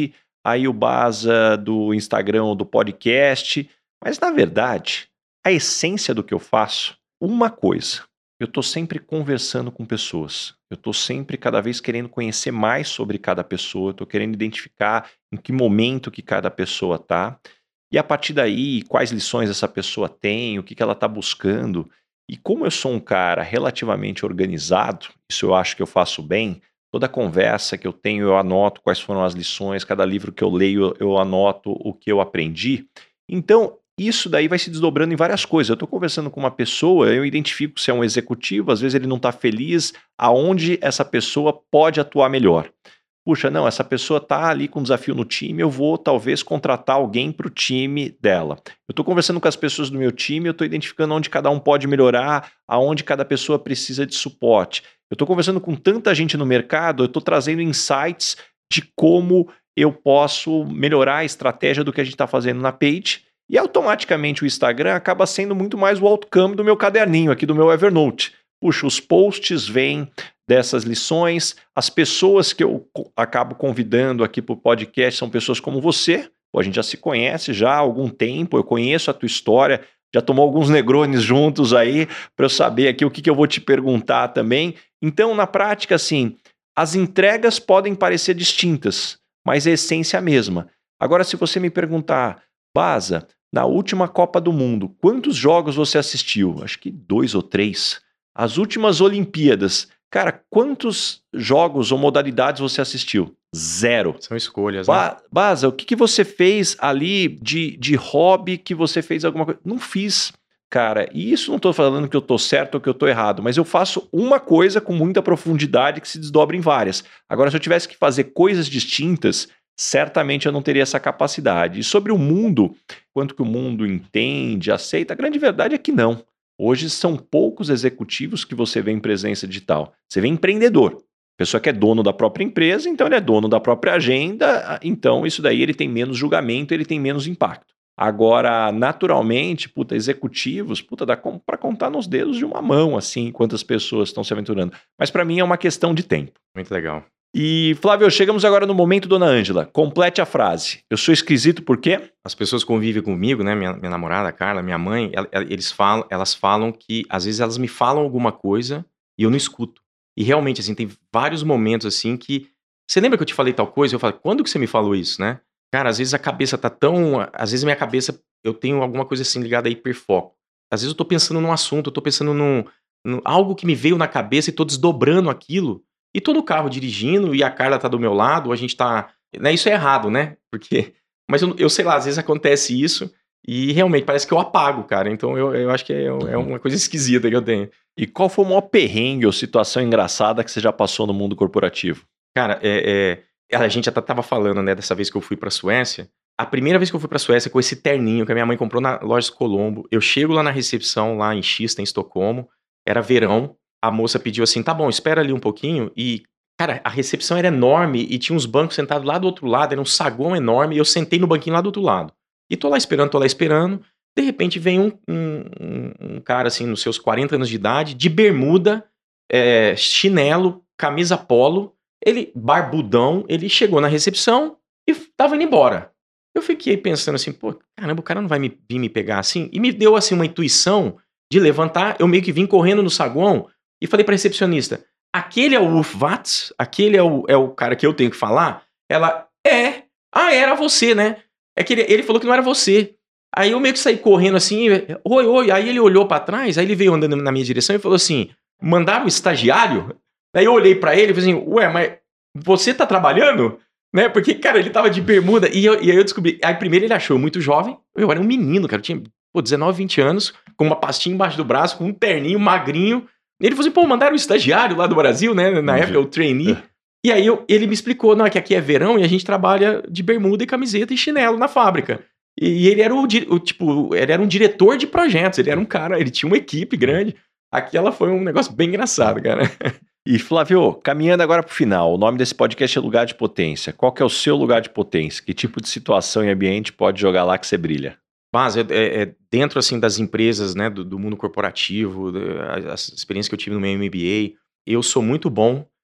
aí o Baza do Instagram ou do podcast, mas na verdade, a essência do que eu faço, uma coisa, eu estou sempre conversando com pessoas, eu estou sempre cada vez querendo conhecer mais sobre cada pessoa, eu estou querendo identificar em que momento que cada pessoa está, e a partir daí, quais lições essa pessoa tem, o que, que ela está buscando. E como eu sou um cara relativamente organizado, isso eu acho que eu faço bem, toda conversa que eu tenho eu anoto quais foram as lições, cada livro que eu leio eu anoto o que eu aprendi. Então, isso daí vai se desdobrando em várias coisas. Eu estou conversando com uma pessoa, eu identifico se é um executivo, às vezes ele não está feliz, aonde essa pessoa pode atuar melhor. Puxa, não, essa pessoa está ali com um desafio no time, eu vou talvez contratar alguém para o time dela. Eu estou conversando com as pessoas do meu time, eu estou identificando onde cada um pode melhorar, aonde cada pessoa precisa de suporte. Eu estou conversando com tanta gente no mercado, eu estou trazendo insights de como eu posso melhorar a estratégia do que a gente está fazendo na Page, e automaticamente o Instagram acaba sendo muito mais o outcome do meu caderninho aqui, do meu Evernote. Puxa, os posts vêm dessas lições, as pessoas que eu acabo convidando aqui para o podcast são pessoas como você. Pô, a gente já se conhece já há algum tempo, eu conheço a tua história, já tomou alguns negrones juntos aí para eu saber aqui o que, que eu vou te perguntar também. Então, na prática, assim, as entregas podem parecer distintas, mas a essência é a mesma. Agora, se você me perguntar, Baza, na última Copa do Mundo, quantos jogos você assistiu? Acho que dois ou três. As últimas Olimpíadas, cara, quantos jogos ou modalidades você assistiu? Zero. São escolhas, ba né? Baza, o que, que você fez ali de, de hobby que você fez alguma coisa? Não fiz, cara. E isso não estou falando que eu estou certo ou que eu estou errado, mas eu faço uma coisa com muita profundidade que se desdobra em várias. Agora, se eu tivesse que fazer coisas distintas, certamente eu não teria essa capacidade. E sobre o mundo, quanto que o mundo entende, aceita, a grande verdade é que não. Hoje são poucos executivos que você vê em presença digital. Você vê empreendedor. Pessoa que é dono da própria empresa, então ele é dono da própria agenda, então isso daí ele tem menos julgamento, ele tem menos impacto. Agora, naturalmente, puta, executivos, puta, dá para contar nos dedos de uma mão, assim, quantas pessoas estão se aventurando. Mas para mim é uma questão de tempo. Muito legal. E, Flávio, chegamos agora no momento, dona Ângela. Complete a frase. Eu sou esquisito por quê? As pessoas convivem comigo, né? Minha, minha namorada, a Carla, minha mãe, ela, eles falam, elas falam que, às vezes, elas me falam alguma coisa e eu não escuto. E realmente, assim, tem vários momentos, assim, que... Você lembra que eu te falei tal coisa? Eu falo, quando que você me falou isso, né? Cara, às vezes a cabeça tá tão... Às vezes a minha cabeça, eu tenho alguma coisa, assim, ligada a hiperfoco. Às vezes eu tô pensando num assunto, eu tô pensando num... num algo que me veio na cabeça e tô desdobrando aquilo. E tô no carro dirigindo e a Carla tá do meu lado, a gente tá... Né, isso é errado, né? Porque... Mas eu, eu sei lá, às vezes acontece isso e realmente parece que eu apago, cara. Então eu, eu acho que é, é uma coisa esquisita que eu tenho. E qual foi o maior perrengue ou situação engraçada que você já passou no mundo corporativo? Cara, é, é, a gente já tava falando, né, dessa vez que eu fui pra Suécia. A primeira vez que eu fui pra Suécia com esse terninho que a minha mãe comprou na loja Colombo, eu chego lá na recepção, lá em Kista, em Estocolmo, era verão. A moça pediu assim, tá bom, espera ali um pouquinho. E, cara, a recepção era enorme e tinha uns bancos sentados lá do outro lado, era um saguão enorme e eu sentei no banquinho lá do outro lado. E tô lá esperando, tô lá esperando. De repente vem um, um, um cara, assim, nos seus quarenta anos de idade, de bermuda, é, chinelo, camisa polo, ele, barbudão, ele chegou na recepção e tava indo embora. Eu fiquei pensando assim, pô, caramba, o cara não vai me, vir me pegar assim? E me deu, assim, uma intuição de levantar, eu meio que vim correndo no saguão, e falei pra recepcionista, aquele é o Ulf Watts? Aquele é o, é o cara que eu tenho que falar? Ela, é. Ah, era você, né? É que ele, ele falou que não era você. Aí eu meio que saí correndo assim, oi, oi. Aí ele olhou pra trás, aí ele veio andando na minha direção e falou assim, mandaram o estagiário? Aí eu olhei pra ele e falei assim, ué, mas você tá trabalhando? Né? Porque, cara, ele tava de bermuda. E, eu, e aí eu descobri, aí primeiro ele achou muito jovem, eu era um menino, cara, eu tinha pô, dezenove, vinte anos, com uma pastinha embaixo do braço, com um terninho magrinho. E ele falou assim, pô, mandaram o estagiário lá do Brasil, né? Na época, o trainee. É. E aí eu, ele me explicou, não, que aqui é verão e a gente trabalha de bermuda e camiseta e chinelo na fábrica. E, e ele era o, o, tipo, ele era um diretor de projetos, ele era um cara, ele tinha uma equipe grande. Aquela foi um negócio bem engraçado, cara. E Flávio, caminhando agora pro final, o nome desse podcast é Lugar de Potência. Qual que é o seu lugar de potência? Que tipo de situação e ambiente pode jogar lá que você brilha? Mas é, é, é dentro assim das empresas, né, do, do mundo corporativo, as experiências que eu tive no meu M B A, eu sou muito bom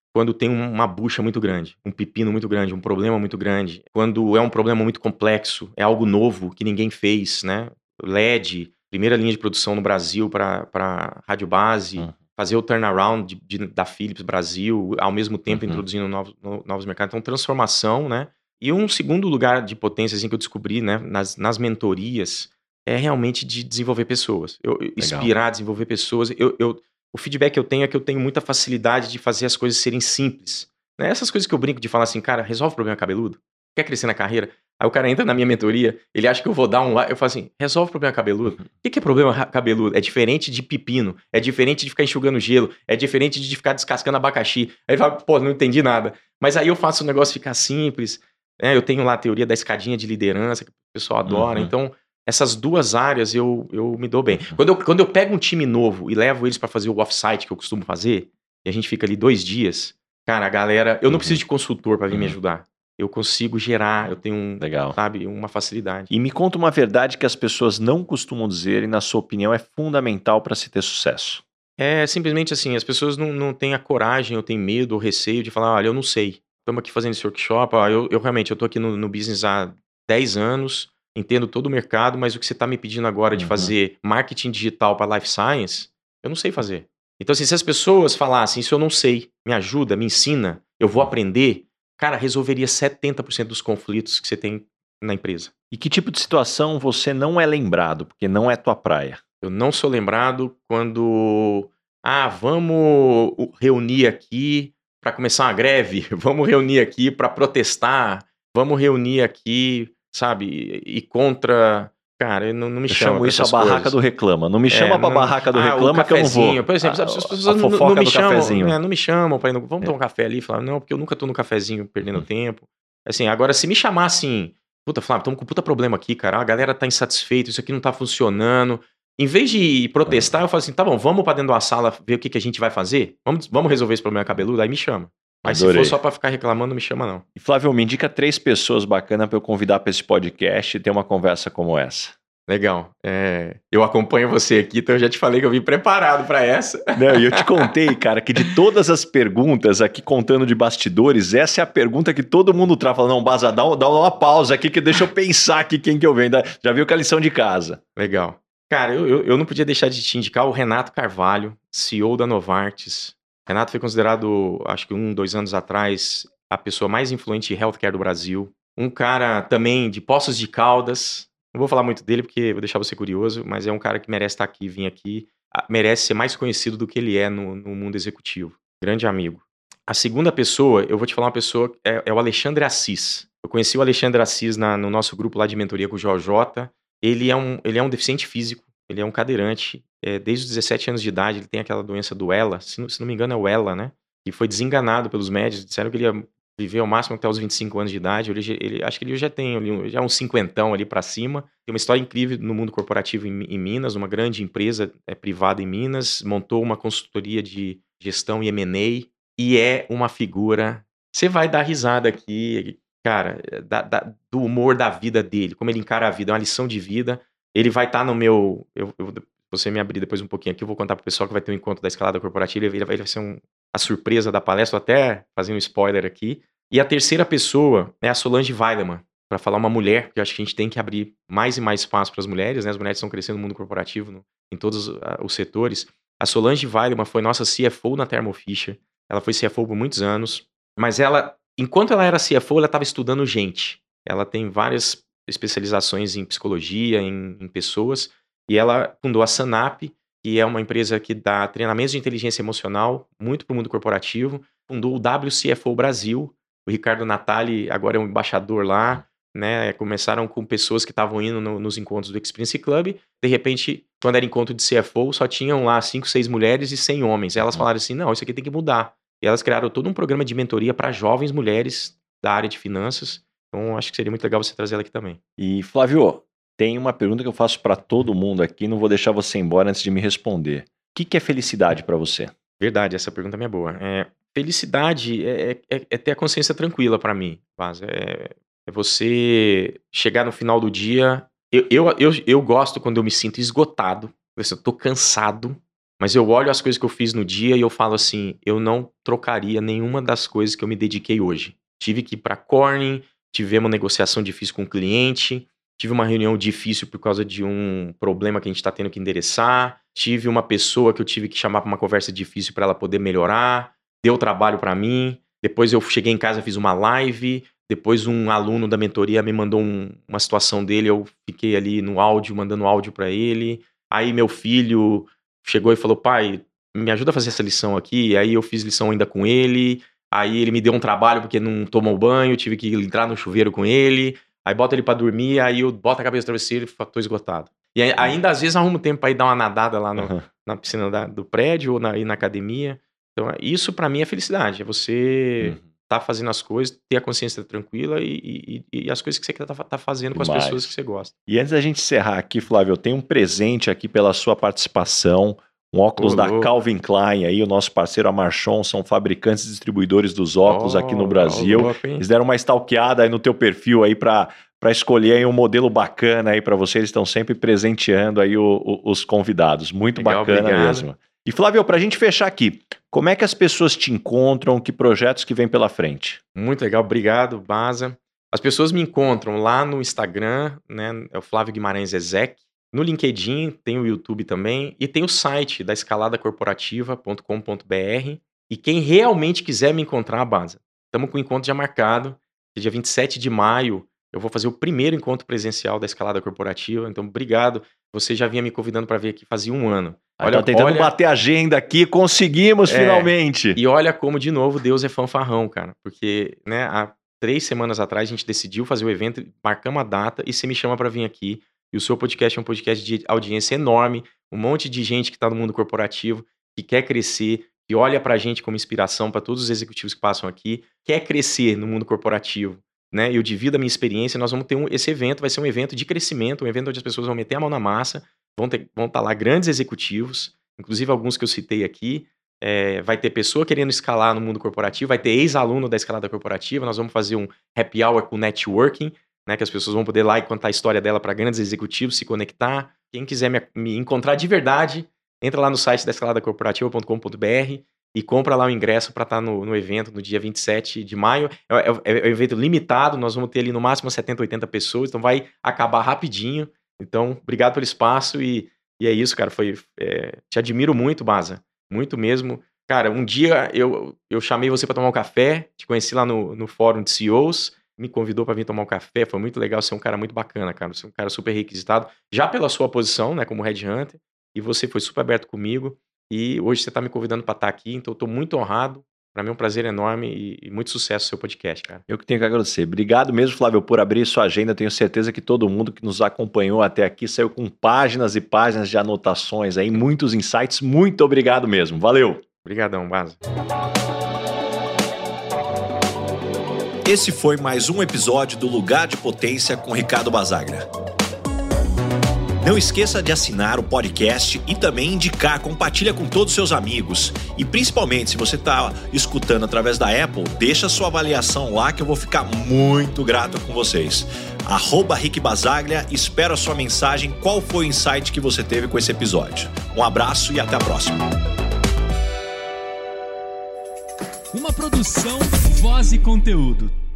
quando tem uma bucha muito grande, um pepino muito grande, um problema muito grande, quando é um problema muito complexo, é algo novo que ninguém fez, né? L E D, primeira linha de produção no Brasil para rádio base, uhum. fazer o turnaround de, de, da Philips Brasil, ao mesmo tempo uhum. introduzindo novos, novos mercados. Então, transformação, né? E um segundo lugar de potência assim, que eu descobri, né, nas, nas mentorias, é realmente de desenvolver pessoas. Eu, inspirar, desenvolver pessoas. Eu, eu, o feedback que eu tenho é que eu tenho muita facilidade de fazer as coisas serem simples. Né? Essas coisas que eu brinco de falar assim, cara, resolve o problema cabeludo? Quer crescer na carreira? Aí o cara entra na minha mentoria, ele acha que eu vou dar um... Eu falo assim, resolve o problema cabeludo. O que, que é problema cabeludo? É diferente de pepino, é diferente de ficar enxugando gelo, é diferente de ficar descascando abacaxi. Aí ele fala, pô, não entendi nada. Mas aí eu faço o negócio ficar simples. Né? Eu tenho lá a teoria da escadinha de liderança, que o pessoal adora. Uhum. Então, essas duas áreas eu, eu me dou bem. Uhum. Quando, eu, quando eu pego um time novo e levo eles para fazer o off-site que eu costumo fazer, e a gente fica ali dois dias, cara, a galera... Eu não uhum. preciso de consultor para vir uhum. me ajudar. Eu consigo gerar, eu tenho, um, Legal. sabe, uma facilidade. E me conta uma verdade que as pessoas não costumam dizer e, na sua opinião, é fundamental para se ter sucesso. É simplesmente assim, as pessoas não, não têm a coragem, ou têm medo, ou receio de falar, olha, eu não sei. Estamos aqui fazendo esse workshop, ó, eu, eu realmente, eu estou aqui no, no business há dez anos, entendo todo o mercado, mas o que você está me pedindo agora de uhum. fazer marketing digital para life science, eu não sei fazer. Então, assim, se as pessoas falassem, isso eu não sei, me ajuda, me ensina, eu vou aprender... Cara, resolveria setenta por cento dos conflitos que você tem na empresa. E que tipo de situação você não é lembrado, porque não é tua praia? Eu não sou lembrado quando... Ah, vamos reunir aqui para começar uma greve, vamos reunir aqui para protestar, vamos reunir aqui, sabe, e contra... Cara, não, não me eu chama. chamo isso a barraca coisas. do reclama. Não me chama é, pra não... barraca do ah, reclama que eu não vou. Por exemplo, a, as pessoas não, não me chamam. É, não me chamam pra ir no... Vamos é. tomar um café ali? Falar, não, porque eu nunca tô no cafezinho perdendo uhum. tempo. Assim, agora, se me chamar assim, puta, Flávio, estamos com um puta problema aqui, cara. A galera tá insatisfeita, isso aqui não tá funcionando. Em vez de protestar, uhum. eu falo assim, tá bom, vamos pra dentro de uma sala ver o que, que a gente vai fazer? Vamos, vamos resolver esse problema cabeludo? Aí me chama. Mas Adorei. Se for só pra ficar reclamando, não me chama não. E Flávio, me indica três pessoas bacanas pra eu convidar pra esse podcast e ter uma conversa como essa. Legal. É, eu acompanho você aqui, então eu já te falei que eu vim preparado para essa. Não, e eu te contei, cara, que de todas as perguntas aqui contando de bastidores, essa é a pergunta que todo mundo traz. Fala, não, Baza, dá, dá uma pausa aqui que deixa eu pensar aqui quem que eu venho. Já viu que é a lição de casa. Legal. Cara, eu, eu, eu não podia deixar de te indicar o Renato Carvalho, C E O da Novartis. Renato foi considerado, acho que um, dois anos atrás, a pessoa mais influente em healthcare do Brasil. Um cara também de Poços de Caldas. Não vou falar muito dele porque vou deixar você curioso, mas é um cara que merece estar aqui, vir aqui, merece ser mais conhecido do que ele é no, no mundo executivo. Grande amigo. A segunda pessoa, eu vou te falar uma pessoa, é, é o Alexandre Assis. Eu conheci o Alexandre Assis na, no nosso grupo lá de mentoria com o J J. Ele é um, ele é um deficiente físico, ele é um cadeirante. É, desde os dezessete anos de idade, ele tem aquela doença do E L A, se não, se não me engano é o E L A, né? E foi desenganado pelos médicos, disseram que ele ia viver ao máximo até os vinte e cinco anos de idade. Ele, ele, acho que ele já tem ali, já um cinquentão ali para cima. Tem uma história incrível no mundo corporativo em, em Minas, uma grande empresa é, privada em Minas, montou uma consultoria de gestão e M and A e é uma figura... Você vai dar risada aqui, cara, da, da, do humor da vida dele, como ele encara a vida, é uma lição de vida. Ele vai estar tá no meu... Eu, eu, você me abrir depois um pouquinho aqui, eu vou contar pro pessoal que vai ter um encontro da escalada corporativa, ele vai, ele vai ser um... a surpresa da palestra, até fazendo um spoiler aqui. E a terceira pessoa é a Solange Weilemann, para falar uma mulher, porque eu acho que a gente tem que abrir mais e mais espaço para as mulheres, né? As mulheres estão crescendo no mundo corporativo, no, em todos uh, os setores. A Solange Weilemann foi nossa C F O na Thermo Fisher, ela foi C F O por muitos anos, mas ela, enquanto ela era C F O, ela estava estudando gente. Ela tem várias especializações em psicologia, em, em pessoas, e ela fundou a Sanap, que é uma empresa que dá treinamentos de inteligência emocional, muito para o mundo corporativo, fundou o W C F O Brasil. O Ricardo Natali agora é um embaixador lá, né? Começaram com pessoas que estavam indo no, nos encontros do Experience Club. De repente, quando era encontro de C F O, só tinham lá cinco, seis mulheres e cem homens. Elas falaram assim, não, isso aqui tem que mudar. E elas criaram todo um programa de mentoria para jovens mulheres da área de finanças. Então, acho que seria muito legal você trazer ela aqui também. E, Flávio, tem uma pergunta que eu faço para todo mundo aqui, não vou deixar você embora antes de me responder. O que, que é felicidade para você? Verdade, essa pergunta é minha boa. É... Felicidade é, é, é ter a consciência tranquila para mim, Vaz. É, é você chegar no final do dia... Eu, eu, eu, eu gosto quando eu me sinto esgotado, eu tô cansado, Mas eu olho as coisas que eu fiz no dia e eu falo assim, eu não trocaria nenhuma das coisas que eu me dediquei hoje. Tive que ir para Corning, tive uma negociação difícil com o cliente, tive uma reunião difícil por causa de um problema que a gente está tendo que endereçar, tive uma pessoa que eu tive que chamar para uma conversa difícil para ela poder melhorar, deu trabalho para mim, depois eu cheguei em casa, fiz uma live, depois um aluno da mentoria me mandou um, uma situação dele, eu fiquei ali no áudio, mandando áudio para ele, aí meu filho chegou e falou, pai, me ajuda a fazer essa lição aqui, aí eu fiz lição ainda com ele, aí ele me deu um trabalho porque não tomou banho, tive que entrar no chuveiro com ele, aí bota ele pra dormir, aí eu boto a cabeça no travesseiro e tô esgotado. E aí, ainda às vezes arrumo tempo pra ir dar uma nadada lá no, uhum. na piscina da, do prédio ou na, ir na academia. Então isso pra mim é felicidade, é você uhum. tá fazendo as coisas, ter a consciência tranquila e, e, e as coisas que você tá, tá fazendo com Demais. As pessoas que você gosta. E antes da gente encerrar aqui, Flávio, eu tenho um presente aqui pela sua participação. Um óculos oh, da oh. Calvin Klein, aí, o nosso parceiro, a Marchon, são fabricantes e distribuidores dos óculos oh, aqui no Brasil. Oh, Eles deram uma stalkeada aí no teu perfil aí para para escolher aí um modelo bacana aí para você. Eles estão sempre presenteando aí o, o, os convidados. Muito Legal, bacana obrigado. Mesmo. E Flávio, para a gente fechar aqui, como é que as pessoas te encontram? Que projetos que vêm pela frente? Muito legal, obrigado, Baza. As pessoas me encontram lá no Instagram, né? É o Flávio Guimarães Ezek. No LinkedIn, tem o YouTube também, e tem o site da escalada corporativa ponto com ponto b r. E quem realmente quiser me encontrar, Baza, estamos com o encontro já marcado, dia vinte e sete de maio, eu vou fazer o primeiro encontro presencial da escalada corporativa, então obrigado, você já vinha me convidando para vir aqui fazia um ano. Olha, tá tentando olha... bater a agenda aqui, conseguimos é, finalmente. E olha como, de novo, Deus é fanfarrão, cara, porque né, há três semanas atrás a gente decidiu fazer o evento, marcamos a data e você me chama para vir aqui. E o seu podcast é um podcast de audiência enorme, um monte de gente que está no mundo corporativo, que quer crescer, que olha para a gente como inspiração para todos os executivos que passam aqui, quer crescer no mundo corporativo, né? Eu divido a minha experiência, nós vamos ter um, esse evento, vai ser um evento de crescimento, um evento onde as pessoas vão meter a mão na massa, vão ter, vão estar lá grandes executivos, inclusive alguns que eu citei aqui, é, vai ter pessoa querendo escalar no mundo corporativo, vai ter ex-aluno da escalada corporativa, nós vamos fazer um happy hour com networking, né, que as pessoas vão poder ir lá e contar a história dela para grandes executivos, se conectar. Quem quiser me, me encontrar de verdade, entra lá no site da escalada corporativa ponto com ponto b r e compra lá o ingresso para estar no, no evento no dia vinte e sete de maio. É, é, é um evento limitado, nós vamos ter ali no máximo setenta, oitenta pessoas, então vai acabar rapidinho. Então, obrigado pelo espaço e, e é isso, cara. Foi, é, te admiro muito, Baza, muito mesmo. Cara, um dia eu, eu chamei você para tomar um café, te conheci lá no, no fórum de C E Os, me convidou para vir tomar um café, foi muito legal, você é um cara muito bacana, cara, você é um cara super requisitado, já pela sua posição, né, como headhunter, e você foi super aberto comigo, e hoje você está me convidando para estar aqui, então eu estou muito honrado, para mim é um prazer enorme e, e muito sucesso no seu podcast, cara. Eu que tenho que agradecer. Obrigado mesmo, Flávio, por abrir sua agenda, tenho certeza que todo mundo que nos acompanhou até aqui saiu com páginas e páginas de anotações aí, muitos insights, muito obrigado mesmo, valeu! Obrigadão, Baza. Esse foi mais um episódio do Lugar de Potência com Ricardo Basagra. Não esqueça de assinar o podcast e também indicar, compartilha com todos os seus amigos. E principalmente, se você está escutando através da Apple, deixa sua avaliação lá que eu vou ficar muito grato com vocês. Arroba Rick Basaglia, espero a sua mensagem, qual foi o insight que você teve com esse episódio. Um abraço e até a próxima. Uma produção, voz e conteúdo.